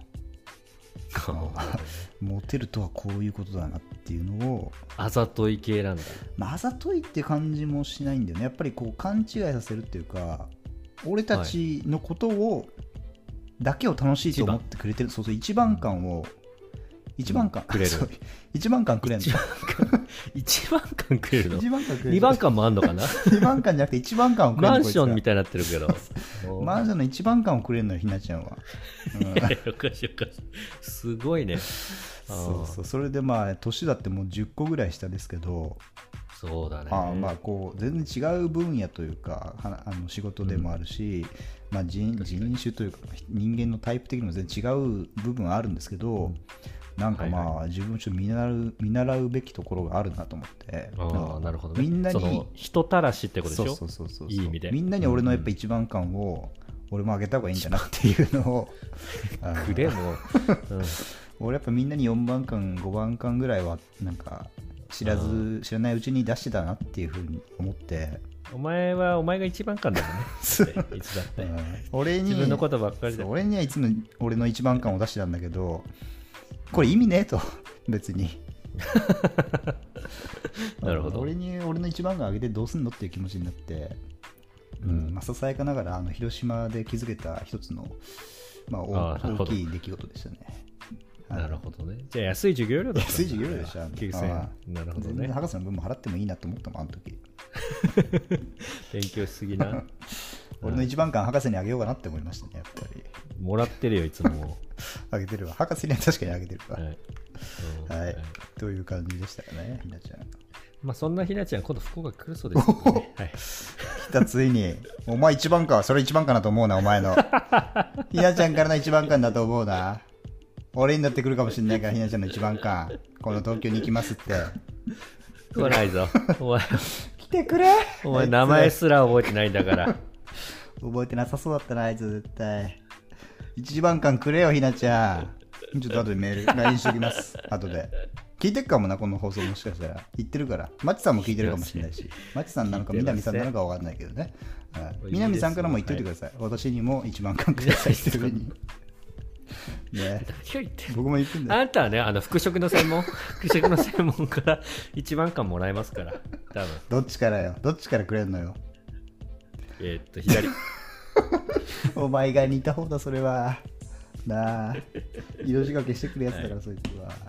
モテるとはこういうことだなっていうのを、 あざとい系なんだ。 あざといって感じもしないんだよね、やっぱりこう勘違いさせるっていうか、俺たちのことをだけを楽しいと思ってくれてる、そうそう、一番感を1番間くれる1番間くれるの 1番間くれるの 1番間くれる 2番間もあんのかな 2番間じゃなくて1番間をくれるマンションみたいになってるけどマンションの1番間をくれるのよひなちゃんは、 おかしいおかしいすごいねそうそれで年だってもう10個ぐらい下ですけど、 そうだね、 こう全然違う分野というか仕事でもあるし、人種というか人間のタイプ的にも全然違う部分はあるんですけど、なんか自分ちょっと見習うべきところがあるなと思って、 なるほどね、 みんなにその人たらしってことでしょ、 そういい意味でみんなに俺のやっぱ一番感を俺もあげた方がいいんだなっていうのをくれも俺やっぱみんなに4番間5番間ぐらいはなんか知らないうちに出してたなっていうふうに思って、 お前が一番感だもんねいつだって、自分のことばっかりで俺にはいつも俺の一番感を出してたんだけど、これ意味ねえと別になるほど、 俺の一番感あげてどうすんのっていう気持ちになって、ささやかながら広島で築けた一つの、大きい出来事でしたね。 なるほどね。じゃあ安い授業料だったんだ。 安い授業料でした。 9000円。なるほどね。 全然博士の分も払ってもいいなと思ったもんあの時。 勉強しすぎな。 俺の一番感博士にあげようかなって思いましたね、やっぱり。 もらってるよいつも。あげてるわ。博士には確かにあげてるわ。はい。という感じでしたかね、ひなちゃん。 そんなひなちゃん今度福岡来るそうですね。 来たついに。お前一番か、それ一番かなと思うな、お前の。ひなちゃんからの一番感だと思うな。俺になってくるかもしれないから、ひなちゃんの一番感、この東京に行きますって。 来ないぞ。お前来てくれ。 お前名前すら覚えてないんだから。 覚えてなさそうだったな、あいつ絶対。一番感くれよ、ひなちゃん。ちょっと後でメール、LINE しときます。後で。聞いてるかもな、この放送もしかしたら。言ってるから。マチさんも聞いてるかもしれないし。マチさんなのか、南さんなのかわかんないけどね。南さんからも言っといてください。私にも一番感くださいっていうふうに。ね、僕も言ってんだよ。 あんたはね、服飾の専門から一番感もらえますから、多分。 どっちからよ、どっちからくれるのよ。 左。 お前が似た方だ、それは。なあ、色仕掛けしてくるやつだから、そいつは。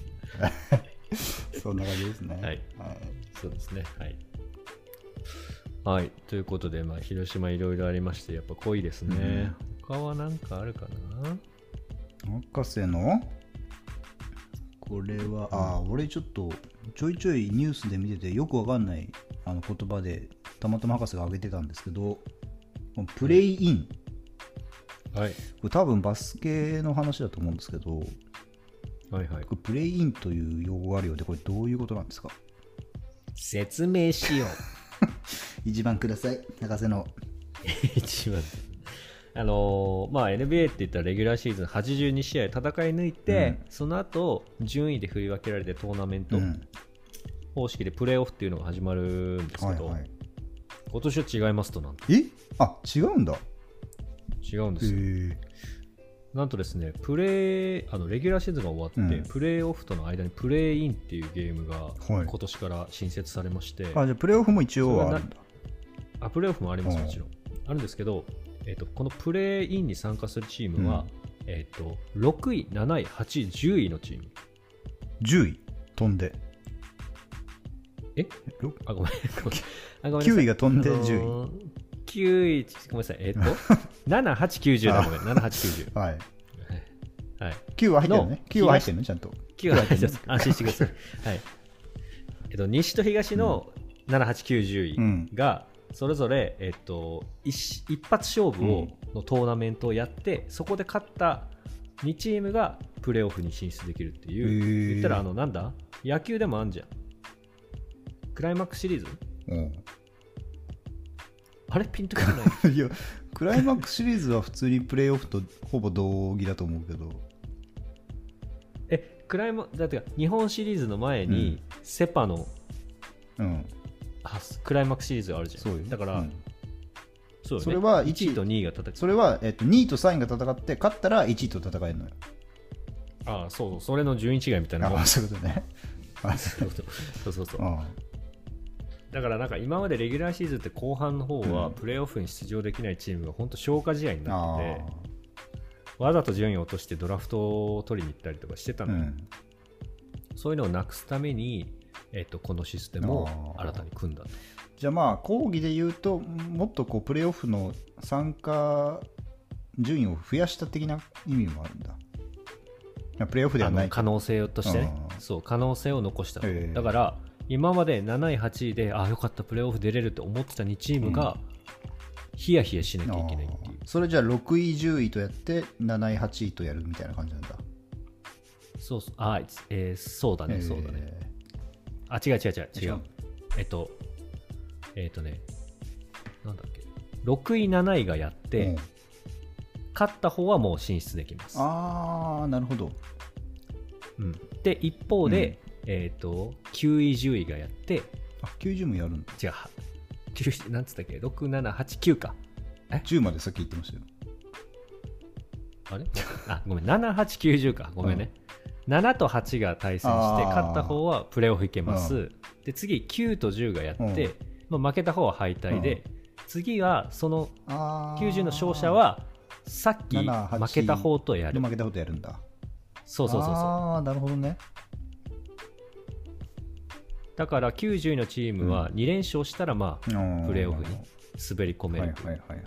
そんな感じですね。 はい。そうですね。はい。はい、ということで、広島いろいろありまして、やっぱ濃いですね。他は何かあるかな？ 博士のこれは、俺ちょっとちょいちょいニュースで見ててよくわかんない言葉でたまたま博士が挙げてたんですけど、 プレイイン、 はい、 これ多分バスケの話だと思うんですけど、 はいはい、 これプレイインという用語があるようで、これどういうことなんですか？ 説明しよう。 一番ください、博士の。 一番まあ NBA って言ったらレギュラーシーズン82試合戦い抜いて、その後順位で振り分けられてトーナメント方式でプレーオフっていうのが始まるんですけど、はいはい、今年は違いますと。なんと違うんだ。 違うんですよ。なんとですね、レギュラーシーズンが終わって、プレーオフとの間にプレーインっていうゲームが今年から新設されまして、 じゃあプレーオフも一応はあるんだ。 プレーオフもあります、もちろんあるんですけど、このプレーインに参加するチームは、6位、7位、8位、10位のチーム。 10位飛んで。 ごめん。 9位が飛んで10位。 9位、ごめんなさい。7、8、90だ、ごめん。7、8、90。 はい。はい。9は入ってるね。9は入ってるのちゃんと。 9は入ってる。安心してください。はい。西と東の7、8、90位が、それぞれ、一発勝負のトーナメントをやって、そこで勝った2チームがプレーオフに進出できるっていう。言ったらなんだ野球でもあんじゃん。クライマックスシリーズ、あれピンとくるない？いや、 クライマックスシリーズは普通にプレーオフとほぼ同義だと思うけど。 だって日本シリーズの前に、セパの、クライマックスシリーズがあるじゃん。そうだから、そうよね、 それは 1位と2位が戦って、 それは、2位と3位が戦って、勝ったら1位と戦えるのよ。 そう、それの順位違いみたいな。 そういうことね。 そう。だからなんか今までレギュラーシーズンって後半の方はプレーオフに出場できないチームが本当消化試合になって、わざと順位を落としてドラフトを取りに行ったりとかしてたのよ。そういうのをなくすために、このシステムを新たに組んだと。 じゃあ講義で言うと、もっとこうプレーオフの参加順位を増やした的な意味もあるんだ。プレーオフではない可能性としてね。そう可能性を残した。だから今まで7位8位でよかったプレーオフ出れると思ってた2チームがヒヤヒヤしなきゃいけないっていう。 それじゃあ6位10位とやって7位8位とやるみたいな感じなんだ。 そうだね。そうだね。違う。なんだっけ、6位7位がやって、勝った方はもう進出できます。 なるほど。 で一方で、9位10位がやって、 90もやるんだ。 違う、9なんつったっけ、6、7、8、9か。 10までさっき言ってましたよ。 あれごめん、7、8、90か。ごめんね。7と8が対戦して勝った方はプレーオフいけます。で次9と10がやって、負けた方は敗退で、次はその90の勝者はさっき負けた方とやる。 負けた方とやるんだ。 そう。 なるほどね。 だから90のチームは2連勝したらプレーオフに滑り込める。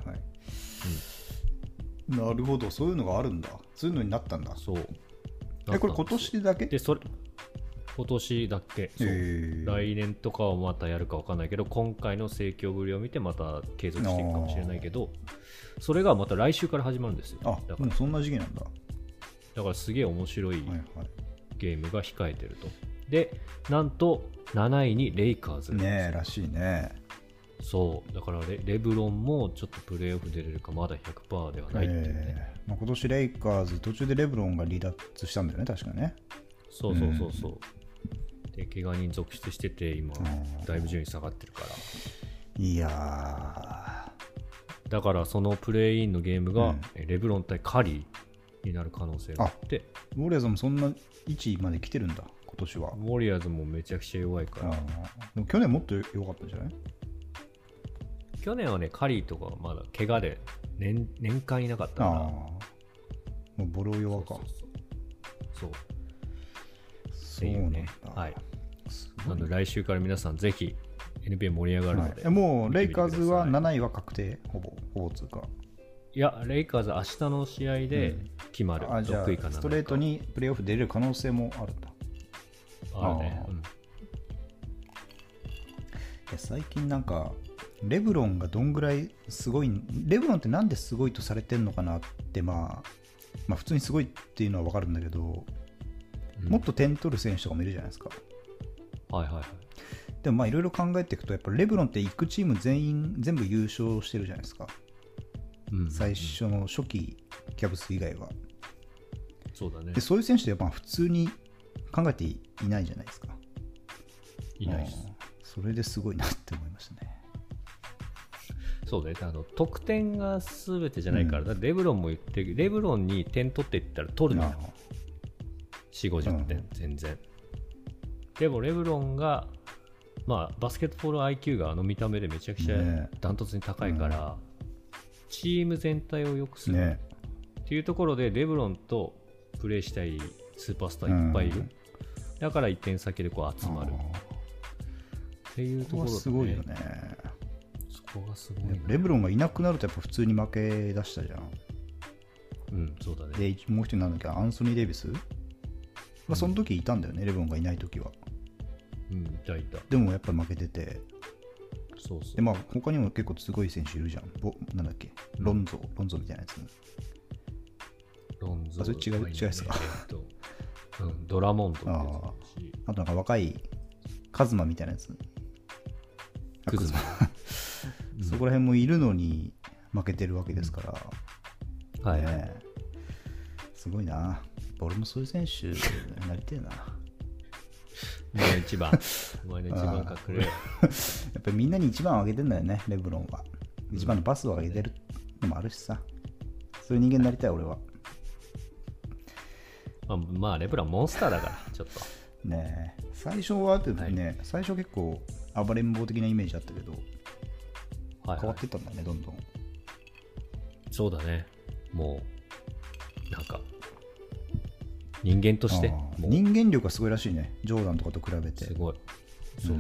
なるほど、そういうのがあるんだ。そういうのになったんだ。そう。これ今年だけ？ 今年だけ。来年とかはまたやるか分かんないけど、今回の盛況ぶりを見てまた継続していくかもしれないけど、それがまた来週から始まるんですよ。 だからそんな時期なんだ。 だからすげえ面白いゲームが控えてると。でなんと7位にレイカーズねらしいね。 そうだから レブロンもちょっとプレーオフ出れるかまだ 100% ではないっていうね。 今年レイカーズ途中でレブロンが離脱したんだよね、確かね。 そうで怪我人続出してて今だいぶ順位下がってるから、 いやだからそのプレーインのゲームが、レブロン対カリーになる可能性があって、 ウォリアーズもそんな位置まで来てるんだ今年は。 ウォリアーズもめちゃくちゃ弱いから。 でも去年もっと良かったんじゃない？ 去年はね、カリーとかまだ怪我で 年間いなかったから、 もうボロ弱か。 そうっていうね。はい。なので来週から皆さんぜひ NBA 盛り上がるので、 もうレイカーズは7位は確定、ほぼ通過。 いや、レイカーズ明日の試合で決まる。6位か7位か。 ストレートにプレーオフ出れる可能性もあるんだ。 あるね。 最近なんかレブロンがどんぐらいすごい、レブロンってなんですごいとされてんのかなって、まあ普通にすごいっていうのは分かるんだけど、もっと点取る選手とかもいるじゃないですか。 はいはいはい。 でもまあいろいろ考えていくと、やっぱレブロンって行くチーム全部優勝してるじゃないですか。最初の初期キャブス以外は。 そうだね。 でそういう選手ってやっぱ普通に考えていないじゃないですか。 いないです。 それですごいなって思いましたね。 そうね、得点が全てじゃないから、レブロンも言ってる、レブロンに点取っていったら取るのよ。4、50点、全然。でもレブロンが、まあ、バスケットボール IQ が見た目でめちゃくちゃダントツに高いから、チーム全体を良くするっていうところで、レブロンとプレーしたいスーパースターいっぱいいる。だから1点先でこう集まる。っていうところすごいよね。 そこがすごい、ね。 レブロンがいなくなるとやっぱ普通に負け出したじゃん。 うん、そうだね。 で、もう一人なんだっけ、アンソニー・デイビス、その時いたんだよね、レブロンがいない時は。 いた。 でもやっぱ負けてて。 そう。 で、まあ他にも結構すごい選手いるじゃん。なんだっけ、ロンゾみたいなやつ。 ロンゾ。 それ違いですか。 ドラモンドってやつもあるし。 あとなんか若いカズマみたいなやつ。 クズマ。 そこら辺もいるのに負けてるわけですから。 はいはい。 すごいな。俺もそういう選手になりてえな。 お前の一番隠れる。やっぱりみんなに一番をあげてんだよね、レブロンは。一番のパスをあげてるのもあるしさ。そういう人間になりたい、俺は。 まあ、レブロンモンスターだから、ちょっと。 ねえ。最初はね、最初結構暴れん坊的なイメージあったけど、変わってったんだね、どんどん。 そうだね。もう、なんか、人間として人間力がすごいらしいね、ジョーダンとかと比べて。 すごい。そう、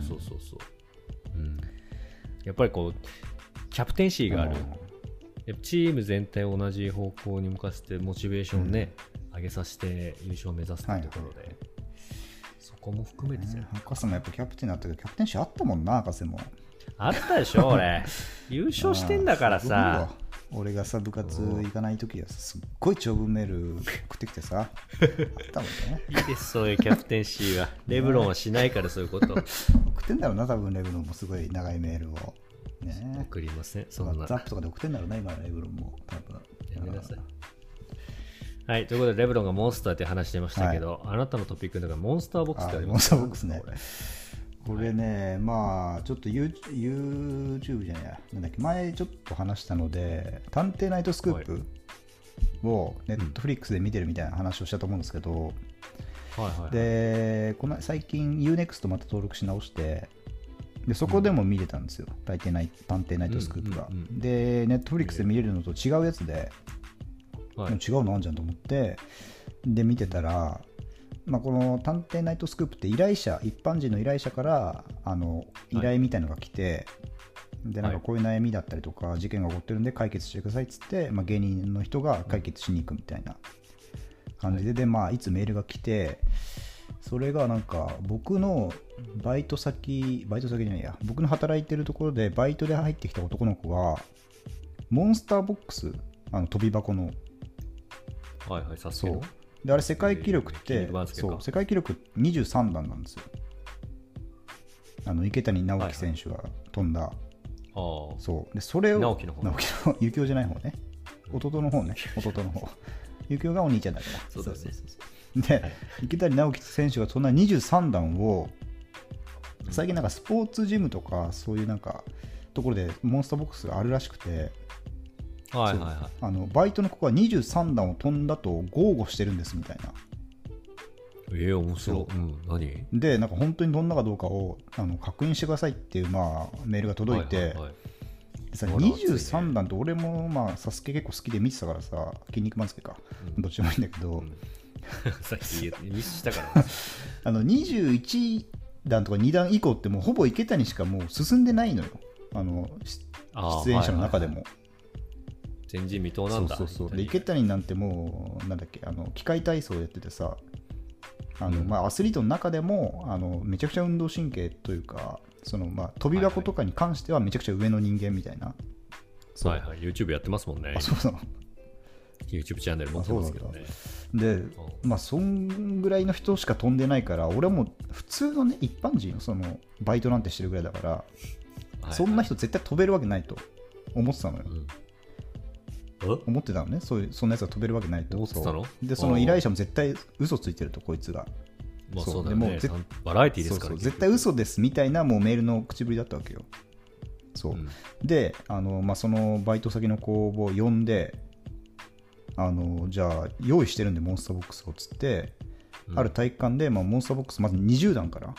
やっぱりこうキャプテンシーがある。やっぱチーム全体を同じ方向に向かせてモチベーションね、上げさせて優勝を目指すというところで、そこも含めて博士もやっぱキャプテンになったけど、キャプテンシーあったもんな。博士もあったでしょ。俺優勝してんだからさ。 俺がさ、部活行かないときはすっごい長文メール送ってきてさ、あったもんね。 いいです、そういうキャプテンシーは。レブロンはしないから、そういうこと。送ってんだろうな、多分レブロンもすごい長いメールを。 ね、送りません。 そんな。WhatsApp とかで送ってんだろうな、今レブロンも。多分。 やめなさい。はい、ということで、レブロンがモンスターって話してましたけど、あなたのトピックの中モンスターボックスってありますか？ モンスターボックスね。これね、まあちょっと YouTube じゃないや、なんだっけ、前ちょっと話したので、探偵ナイトスクープを Netflix で見てるみたいな話をしたと思うんですけど、で最近 Unext また登録し直して、でそこでも見れたんですよ、探偵ナイトスクープが。で Netflix で見れるのと違うやつで、違うのあんじゃんと思ってで見てたら、まあ、この探偵ナイトスクープって一般人の依頼者から依頼みたいなのが来て、でなんかこういう悩みだったりとか事件が起こってるんで解決してくださいっつって、まあ、芸人の人が解決しに行くみたいな感じで、まあ、いつメールが来て、それがなんか僕のバイト先じゃないや、僕の働いてるところでバイトで入ってきた男の子がモンスターボックス、跳び箱の、 そうであれ世界記録って、世界記録23段なんですよ。池谷直樹選手が飛んだ、そうでそれを直樹のゆきおじゃない方ね、弟の方ゆきおがお兄ちゃんだから。そうで、池谷直樹選手が飛んだ23段を最近なんかスポーツジムとかそういうなんかところでモンスターボックスがあるらしくて、バイトの子が23段を飛んだと豪語してるんですみたいな。 面白い。何で、なんか本当に飛んだかどうかを確認してくださいっていう、まあ、メールが届いて、23段って俺も、まあ、サスケ結構好きで見てたからさ、筋肉番付か、どっちでもいいんだけど、 さっきミスしたから 21段とか2段以降ってもうほぼ池谷しかもう進んでないのよ、出演者の中でも。 前人未到なんだ。 そうで池谷なんてもうなんだっけ、機械体操やっててさ、 アスリートの中でもめちゃくちゃ運動神経というか、跳び箱とかに関してはめちゃくちゃ上の人間みたいな。 はいはい、YouTube やってますもんね。 そう YouTube チャンネル持ってますけどね。 で、そんぐらいの人しか飛んでないから、俺はもう普通のね、一般人、バイトなんてしてるぐらいだから、そんな人絶対飛べるわけないと思ってたのよ。思ってたのね、そんなやつが飛べるわけないと思ってたので、その依頼者も絶対嘘ついてると、こいつが。 そうだよね、バラエティですから。 絶対嘘ですみたいなもうメールの口ぶりだったわけよ。で、そのバイト先の子を呼んで、じゃあ用意してるんでモンスターボックスをつって、ある体育館で、モンスターボックスまず20段から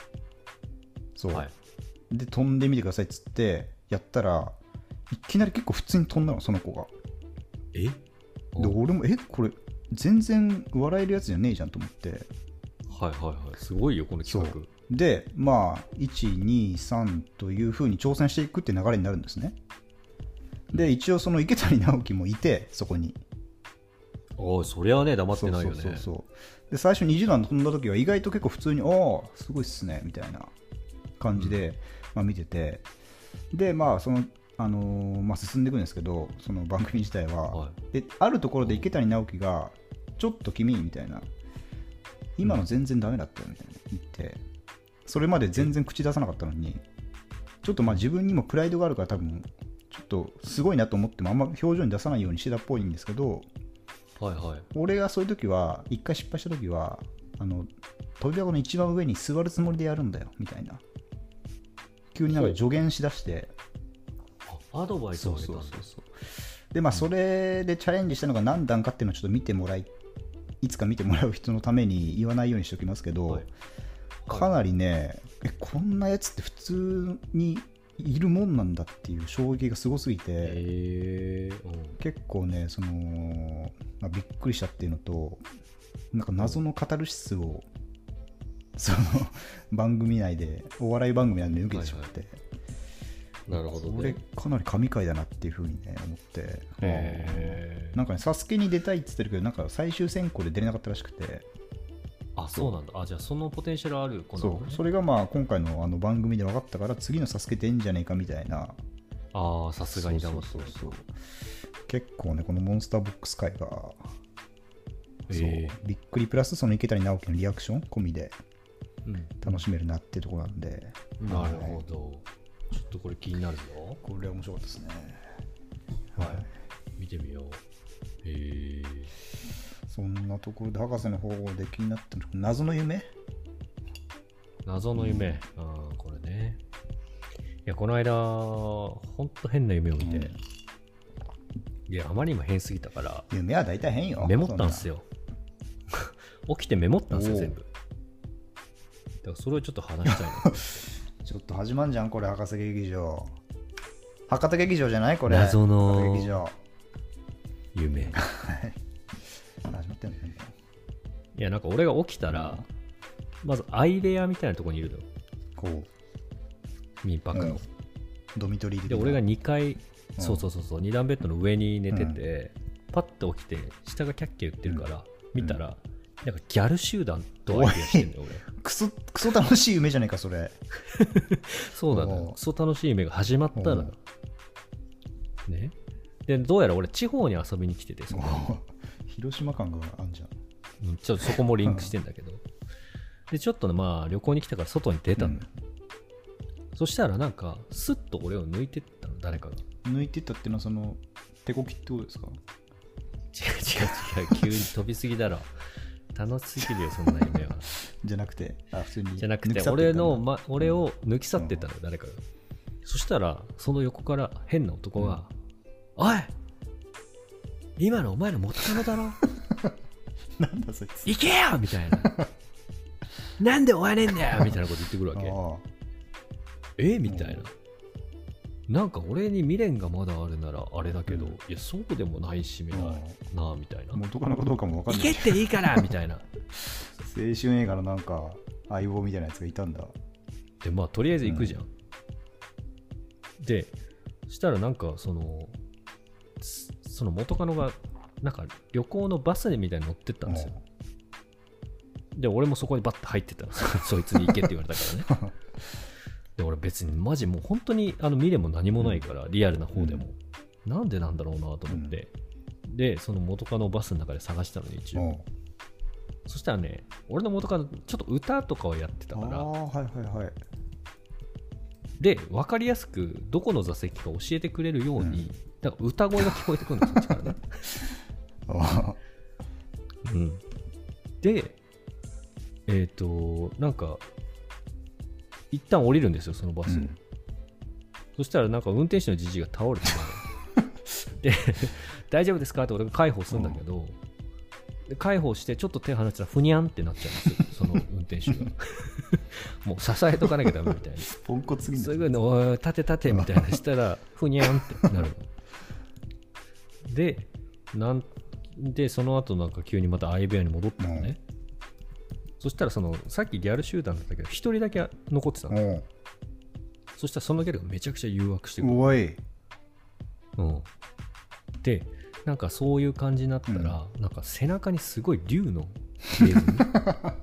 で飛んでみてくださいっつってやったら、いきなり結構普通に飛んだの、その子が。で俺もこれ全然笑えるやつじゃねえじゃんと思って、 すごいよこの企画で、1、2、3という風に挑戦していくって流れになるんですね。で、一応その池谷直樹もいて、そこに。 そりゃね、黙ってないよね。 で、最初20段飛んだ時は意外と結構普通に、すごいっすねみたいな感じで、見てて、で、進んでいくんですけど、その番組自体は、であるところで池谷直樹がちょっと君みたいな、今の全然ダメだったよみたいな言って、それまで全然口出さなかったのに、ちょっと自分にもプライドがあるから、多分ちょっとすごいなと思ってもあんま表情に出さないようにしてたっぽいんですけど、俺がそういう時は、一回失敗した時は飛び箱の一番上に座るつもりでやるんだよみたいな、急になんか助言しだして、 アドバイスをしてたんだ。 で、それでチャレンジしたのが何段かっていうのをちょっといつか見てもらう人のために言わないようにしておきますけど、かなりね、こんなやつって普通にいるもんなんだっていう衝撃がすごすぎて、結構ね、びっくりしたっていうのと、なんか謎のカタルシスを番組内で、お笑い番組内で受けてしまって、 なるほどね、 これかなり神回だなっていうふうにね思って、なんかね、サスケに出たいって言ってるけど、なんか最終選考で出れなかったらしくて。 そうなんだ。じゃあそのポテンシャルある子なのね。 それが今回の番組で分かったから、次のサスケ出んじゃねえかみたいな。 さすがに黙って。 結構ね、このモンスターボックス回が、びっくりプラスその池谷直樹のリアクション込みで楽しめるなっていうところなんで。 なるほど。ちょっとこれ気になるぞ。 これは面白かったですね。 見てみよう。 そんなところで博士の方で気になってる謎の夢。 これね。いや、この間ほんと変な夢を見て、いや、あまりにも変すぎたから、 夢は大体変よ。 メモったんすよ。起きてメモったんすよ、全部。だからそれをちょっと話したいな。 ちょっと始まんじゃんこれ、博士劇場。博多劇場じゃないこれ。 謎の劇場夢。 始まってんのね。 いや、なんか俺が起きたら、まずアイレアみたいなところにいるの。民泊の。 ドミトリーで、俺が2階、2段ベッドの上に寝てて、パッと起きて、下がキャッキャ言ってるから、見たら、なんかギャル集団とアイデアしてんだよ、俺。 クソ楽しい夢じゃねえか、それ。 そうだね。クソ楽しい夢が始まったら、ね。で、どうやら俺、地方に遊びに来てて、 広島感があんじゃん。 ちょっとそこもリンクしてんだけど。で、ちょっと旅行に来たから外に出たんだよ。そしたらなんか、スッと俺を抜いてったの、誰かが。 抜いてったっていうのは、手こきってことですか？ 違う、急に飛びすぎだろ。楽しすぎるよ、そんな夢は。 じゃなくて、普通に。 じゃなくて、俺を抜き去ってったのよ、誰かが。そしたら、その横から変な男が、おい今のお前の元カノだろなんだそいつ。 行けよみたいな。なんで終われんだよみたいなこと言ってくるわけ。みたいな。なんか俺に未練がまだあるならあれだけど、いやそうでもないしめないなみたいな。 元カノかどうかも分かんない。 行けっていいからみたいな。 青春映画のなんか相棒みたいなやつがいたんだ。 でとりあえず行くじゃん。でしたらなんかその元カノがなんか旅行のバスみたいに乗ってったんですよ。 で俺もそこにバッて入ってたのそいつに行けって言われたからねで俺別にマジもう本当に見れも何もないから、リアルな方でも、なんでなんだろうなと思って、でその元カノをバスの中で探したのに一応、そしたらね、俺の元カノちょっと歌とかをやってたから、 はいはいはい、 で分かりやすくどこの座席か教えてくれるように、だから歌声が聞こえてくるんですそっちからねでなんか一旦降りるんですよそのバスを、そしたらなんか運転手のじじいが倒れててで大丈夫ですかって俺が介抱するんだけど、で介抱してちょっと手離したらふにゃんってなっちゃうんですよその運転手がもう支えとかなきゃダメみたいなポンコツすぐにおい立て立てみたいなしたらふにゃんってなるでその後なんか急にまた相部屋に戻ったのね、そしたらさっきギャル集団だったけど一人だけ残ってたの、そしたらそのギャルがめちゃくちゃ誘惑してくる。 おい、 でなんかそういう感じになったら、なんか背中にすごい竜のネズミが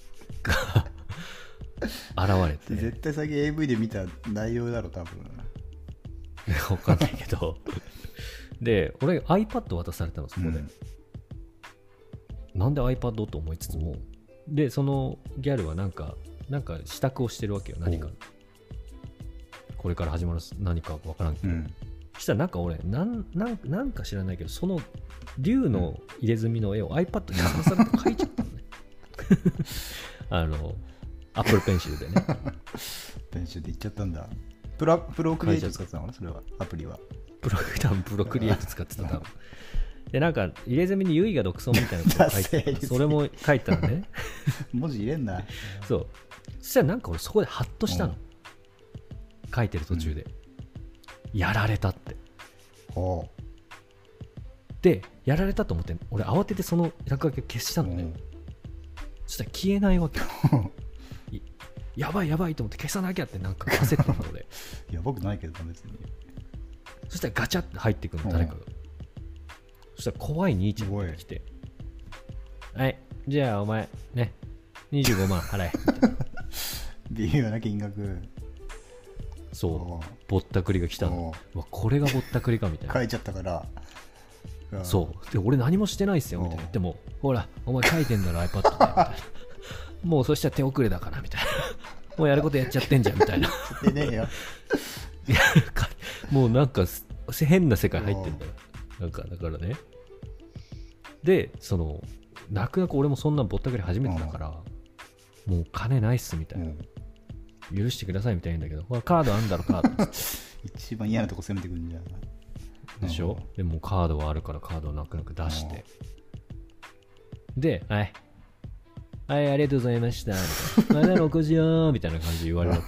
現れて絶対最近 AV で見た内容だろ多分分かんないけどで俺 iPad 渡されたのそこで、なんで iPad と思いつつも、でそのギャルはなんか支度をしてるわけよ、何かこれから始まる何か分からんけど、そしたらなんか俺なんか知らないけどその竜の入れ墨の絵を iPad にさらさらと描いちゃったのねApple Pencil でねペンシルでいっちゃったんだ。プロクリエイト使ってたのかな、それはアプリはプロクリエイト使ってた多分でなんか入れ墨に唯我独尊みたいなことを書いてたそれも書いてたのね文字入れんなそうそしたらなんか俺そこでハッとしたの、書いてる途中で、やられたって。でやられたと思って俺慌ててその落書きを消したのね、そしたら消えないわけやばいやばいと思って消さなきゃってなんか焦ってたのでやばくないけど別に。 そしたらガチャって入ってくるの誰かが、そしたら怖い兄ちゃんが来て、はいじゃあお前ね25万払えみたいな微妙な金額。 そうぼったくりが来たの。これがぼったくりかみたいな。 書いちゃったから。 そうで俺何もしてないっすよみたいな。でもほらお前書いてんだろ iPad でみたいなもうそしたら手遅れだからみたいなもうやることやっちゃってんじゃんみたいなもうなんか変な世界入ってんだよなんかだからね。で泣く泣く俺もそんなぼったくり初めてだからもう金ないっすみたいな、許してくださいみたいなんだけど、ほらカードあんだろカード一番嫌なとこ攻めてくるんじゃんでしょ。でもカードはあるからカードを泣く泣く出してではいありがとうございましたみたいなまだ6時よみたいな感じで言われるわ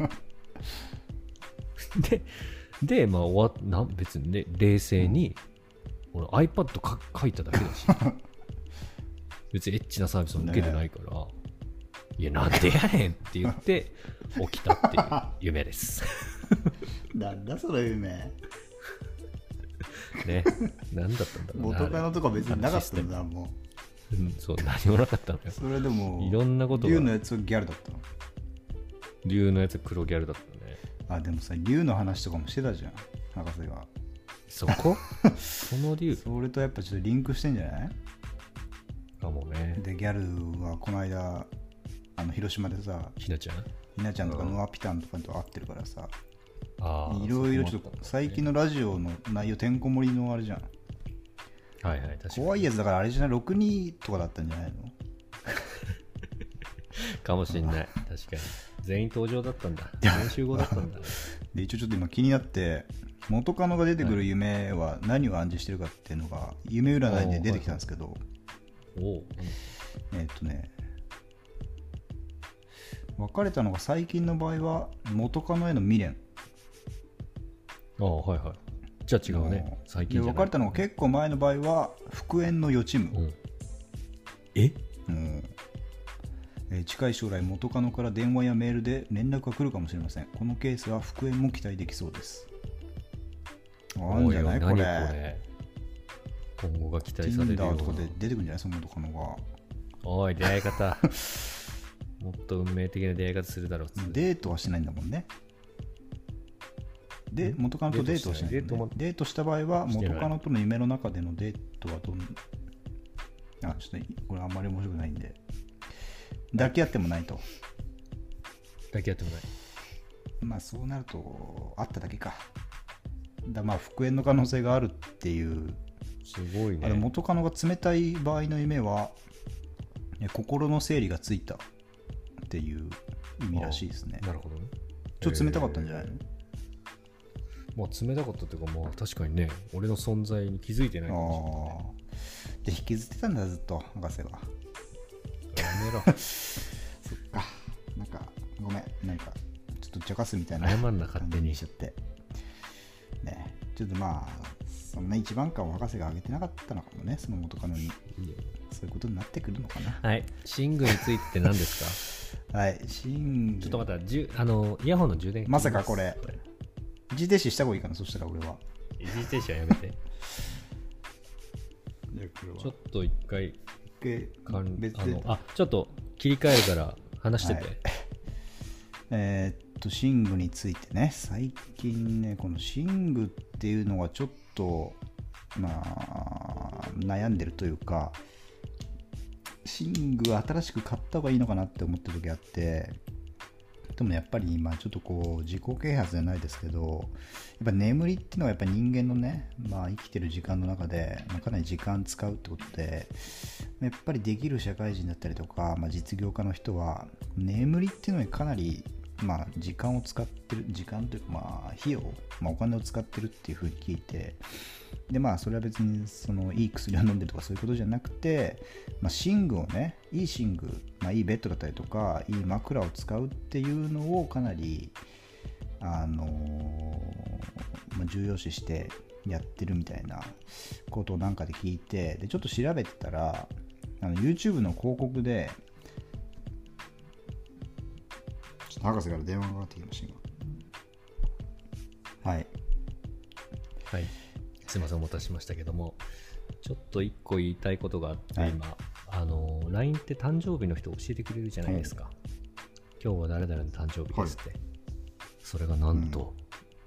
けでまあ別にね冷静に、俺 iPad 書いただけだし別にエッチなサービスを受けてないから、いやなんでやねんって言って起きたっていう夢ですなんだその夢ね、何だったんだろうな。 元カノとか別になかったんだもう、そう何もなかったのよ。 それでもいろんなことが。 竜のやつギャルだったの。 竜のやつ黒ギャルだったね。 あでもさ竜の話とかもしてたじゃん博士が。 そこその竜それとやっぱちょっとリンクしてんじゃない？ かもね。 でギャルはこの間広島でさひなちゃんとかノアピタンとかと会ってるからさ、 いろいろちょっと最近のラジオの内容てんこ盛りのあれじゃん。 はいはい、確かに怖いやつだからあれじゃない62とかだったんじゃないのかもしんない。確かに全員登場だったんだ。全員集合だったんだで一応ちょっと今気になって元カノが出てくる夢は何を暗示してるかっていうのが夢占いで出てきたんですけど、別れたのが最近の場合は元カノへの未練。 はいはい。じゃあ違うね。最近じゃない。 で別れたのが結構前の場合は復縁の予知夢。近い将来元カノから電話やメールで連絡が来るかもしれません。このケースは復縁も期待できそうです。あるんじゃないこれ。 今後が期待されるような。 Tinder とかで出てくるんじゃないその元カノが。 おい出会い方もっと運命的な出会い方するだろう。 デートはしないんだもんね。で元カノとデートはしない、ね、デートした場合は元カノとの夢の中でのデートはどんちょっとこれあんまり面白くないんで、抱き合ってもないと。 抱き合ってもない。 まあそうなると会っただけか。まあ復縁の可能性があるっていう。 すごいね。 元カノが冷たい場合の夢は心の整理がついたっていう意味らしいですね。 なるほどね。 ちょっと冷たかったんじゃないの？ まあ冷たかったっていうか、まあ確かにね、俺の存在に気づいてないかもしれないね。 で引きずってたんだずっと博士は。やめろ。 そっか。なんかごめん、なんかちょっと茶化すみたいな謝んな勝手にしちゃってね。ちょっとまあそんな一番感を博士が上げてなかったのかもね、その元カノに。そういうことになってくるのかな。 はい。寝具について何ですか？はい、寝具。 ちょっとまたイヤホンの充電。 まさかこれ一時停止した方がいいかな。そしたら俺は一時停止はやめて。ちょっと一回別でちょっと切り替えるから話してて、 はい、寝具についてね、最近ねこの寝具っていうのがちょっとまあ悩んでるというか、寝具新しく買った方がいいのかなって思ってる時あって、でもやっぱり今ちょっとこう自己啓発じゃないですけど、やっぱ眠りっていうのはやっぱり人間のね、まあ生きてる時間の中で、かなり時間使うってことで、やっぱりできる社会人だったりとか、実業家の人は眠りっていうのにかなり時間を使ってる、時間というか費用、お金を使ってるっていう風に聞いて、でそれは別にそのいい薬を飲んでるとかそういうことじゃなくて、寝具をね、いい寝具、いいベッドだったりとかいい枕を使うっていうのをかなり重要視してやってるみたいなことをなんかで聞いて、でちょっと調べてたらYouTube の広告で、ちょっと博士から電話がかかってきました今。はいはい、すいませんお待たせしましたけども、ちょっと一個言いたいことがあって、今LINE って誕生日の人教えてくれるじゃないですか、今日は誰々の誕生日ですって、それがなんと、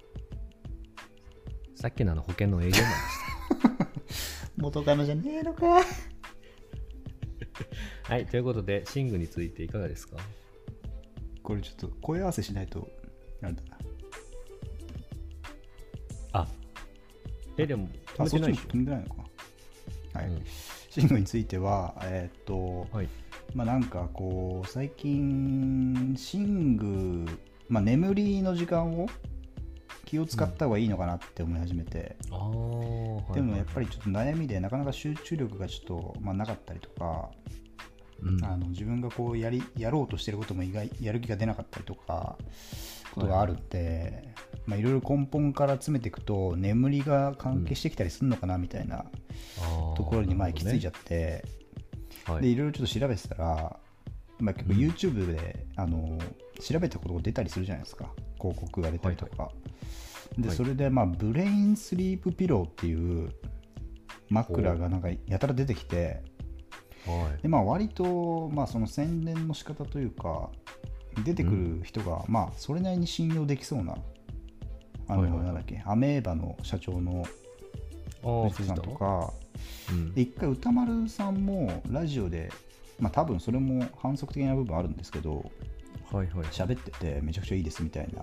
さっきの保険の営業マンでした元カノじゃねえのかはい、ということで寝具についていかがですか？ これちょっと声合わせしないとなんだな。 でも止めてないでしょ。 止めてないのか。はい。寝具についてはなんかこう最近寝具、眠りの時間を気を使った方がいいのかなって思い始めて、でもやっぱりちょっと悩みでなかなか集中力がちょっとなかったりとか、自分がこうやろうとしてることもやる気が出なかったりとかことがあるって、いろいろ根本から詰めていくと眠りが関係してきたりするのかなみたいなところに行き着いちゃって、でいろいろちょっと調べてたら、結構 YouTube で調べたことが出たりするじゃないですか、広告が出たりとか、でそれでブレインスリープピローっていう枕がなんかやたら出てきて、で割とその宣伝の仕方というか出てくる人がそれなりに信用できそうな、なんだっけ、アメーバの社長の藤さんとか、で一回歌丸さんもラジオで、多分それも反則的な部分あるんですけど、喋っててめちゃくちゃいいですみたいな、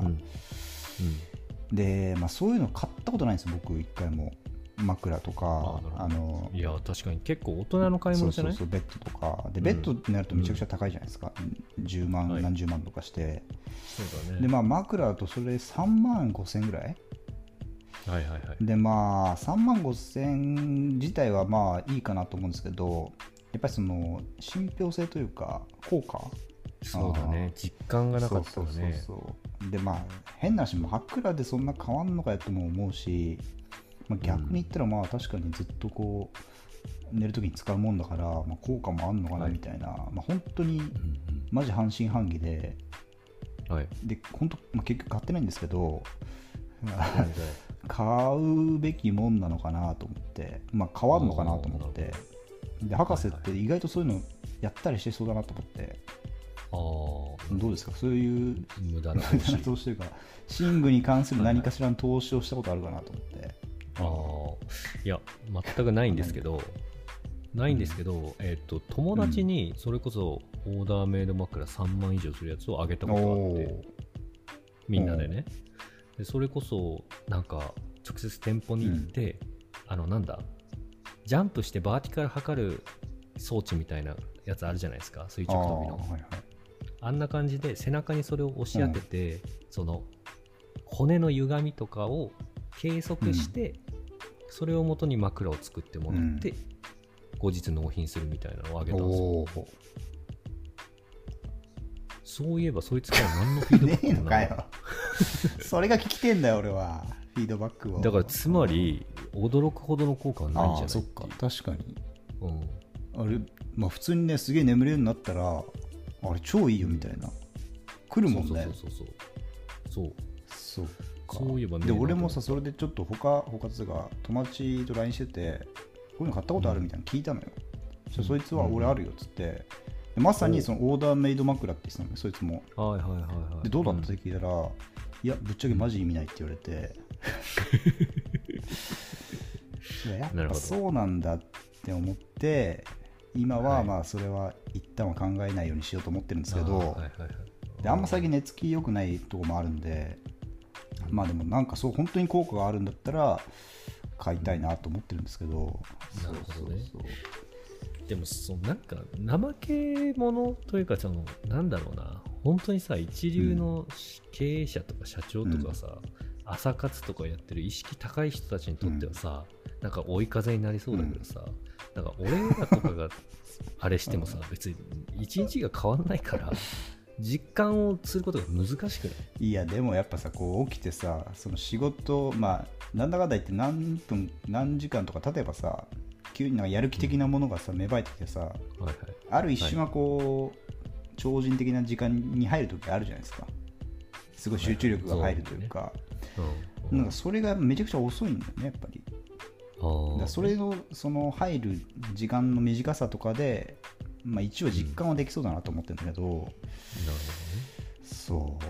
で、そういうの買ったことないんですよ僕一回も。枕とかいや確かに結構大人の買い物じゃない？ そうベッドとかで、ベッドになるとめちゃくちゃ高いじゃないですか、10万、何十万とかして、 そうだね。 で枕だとそれ3万5千ぐらい、で3万5千自体はいいかなと思うんですけど、やっぱりその信憑性というか効果、 そうだね、実感がなかったよね。 で変な話、枕でそんな変わんのかやとも思うし、逆に言ったら確かにずっとこう寝るときに使うもんだから、効果もあんのかなみたいな、本当にマジ半信半疑で、で本当、結局買ってないんですけど買うべきもんなのかなと思って、変わるのかなと思って、 で博士って意外とそういうのやったりしてそうだなと思って。どうですか、そういう無駄な投資というか寝具に関する何かしらの投資をしたことあるかなと思って。 いや全くないんですけど、友達にそれこそオーダーメイド枕3万以上するやつをあげたことがあって、みんなでね。でそれこそなんか直接店舗に行って、なんだジャンプしてバーティカル測る装置みたいなやつあるじゃないですか、垂直跳びの。あんな感じで背中にそれを押し当てて、その骨の歪みとかを計測して、それを元に枕を作ってもらって、後日納品するみたいなのをあげたんですよ。そういえばそいつから何のフィードバックもない。ねえのかよそれが聞きてんだよ俺は、フィードバックを。 だからつまり驚くほどの効果はないんじゃない。 そっか、確かに、あれ、まあ普通にね、すげえ眠れるようになったらあれ超いいよみたいな、来るもんね。そういえばね。で俺もさ、それでちょっと他つが友達と LINE してて、こういうの買ったことあるみたいなの聞いたのよ。そいつは俺あるよっつって、まさにそのオーダーメイド枕って言ってたのよ、そいつも。でどうだったって聞いたら、いやぶっちゃけマジ意味ないって言われてやっぱそうなんだって思って、今はまあそれは一旦は考えないようにしようと思ってるんですけど、であんま最近寝つき良くないところもあるんで、まあでもなんかそう本当に効果があるんだったら買いたいなと思ってるんですけど。 なるほどね。でもなんか怠け者というか、なんだろうな、本当にさ、一流の経営者とか社長とかさ、朝活とかやってる意識高い人たちにとってはさ、なんか追い風になりそうだけどさ、なんか俺らとかがあれしてもさ、別に一日が変わんないから実感をすることが難しくない？ いやでもやっぱさ、こう起きてさ、その仕事、まあなんだかんだ言って何分何時間とか経てばさ、急になんかやる気的なものがさ、芽生えてきてさ、ある一瞬はこう、超人的な時間に入るときあるじゃないですか。すごい集中力が入るというか、なんかそれがめちゃくちゃ遅いんだよね、やっぱり。だそれのその入る時間の短さとかで、まあ、一応実感はできそうだなと思ってるんだけど、なるほどね。そう。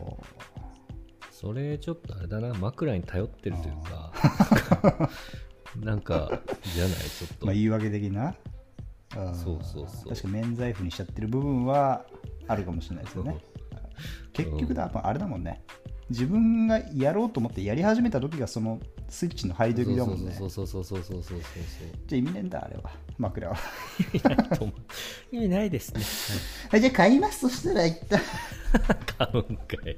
それちょっとあれだな、枕に頼ってるというかなんかじゃない、ちょっとまあ言い訳的な。 そう確か免罪符にしちゃってる部分はあるかもしれないですよね。結局あれだもんね、自分がやろうと思ってやり始めた時がそのスイッチの入り時だもんね。 そうじゃあ意味ねえんだあれは、枕は意味ないですね。 はい、じゃあ買います。そしたら一旦買うんかい。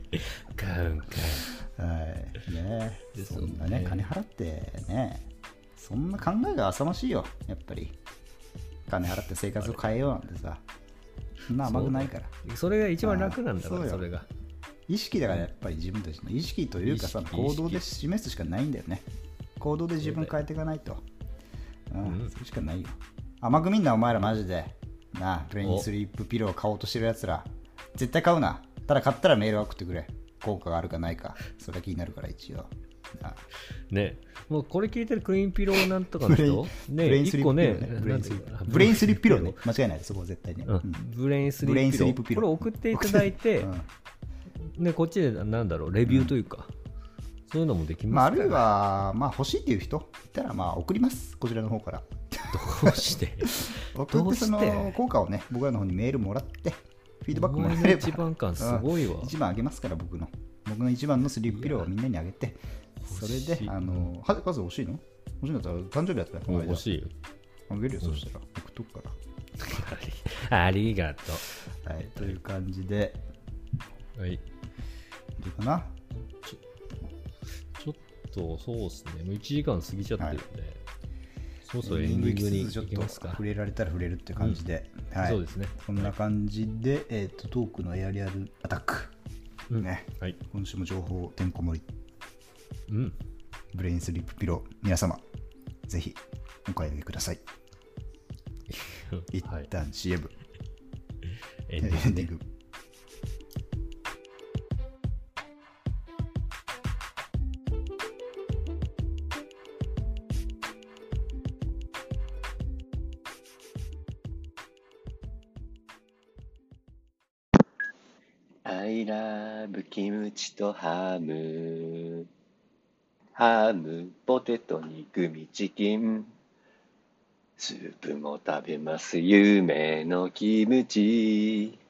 はいね、そんなね、金払ってね、そんな考えが浅ましいよ。やっぱり金払って生活を変えようなんてさ、そんな甘くないから。 それが一番楽なんだから。それが意識だから、やっぱり自分たちの意識というかさ、行動で示すしかないんだよね。行動で自分変えていかないと。それしかないよ。甘く見んなお前らマジでなあ。ブレインスリープピローを買おうとしてるやつら絶対買うな。ただ買ったらメールを送ってくれ。効果があるかないか、それは気になるから一応ね。もうこれ聞いてるクリーンピローなんとかの人ね、 ブレインスリープピローね。ブレインスリープピローね、間違いないです、そこは絶対ね。 ブレインスリープピロー、これ送っていただいてね、こっちでなんだろう、レビューというか、そういうのもできますから、 あるいは、まあ、欲しいっていう人いたら、まあ、送ります、こちらの方から。 どうして送ってその効果をね、僕らの方にメールもらって、フィードバックもらえれば、 一番感すごいわ。 一番あげますから、僕の一番のスリープピローをみんなにあげて、それで、数欲しいの？欲しいんだったら、誕生日やったら、 欲しいよ。 あげるよ、そしたら、送っとくから。ありがとう。はい、という感じで、 はい。 どうかな？ ちょっとそうですね。もう1時間過ぎちゃってるんで、そろそろエンディングに行きますか。 触れられたら触れるって感じで、 そうですね。 こんな感じで、トークのエアリアルアタック、ね、今週も情報てんこ盛り、ブレインスリープピロー、皆様ぜひお買い上げください。一旦 CM、エンディング。 I love キムチとハム、ポテト、肉味、チキン。スープも食べます、夢のキムチ。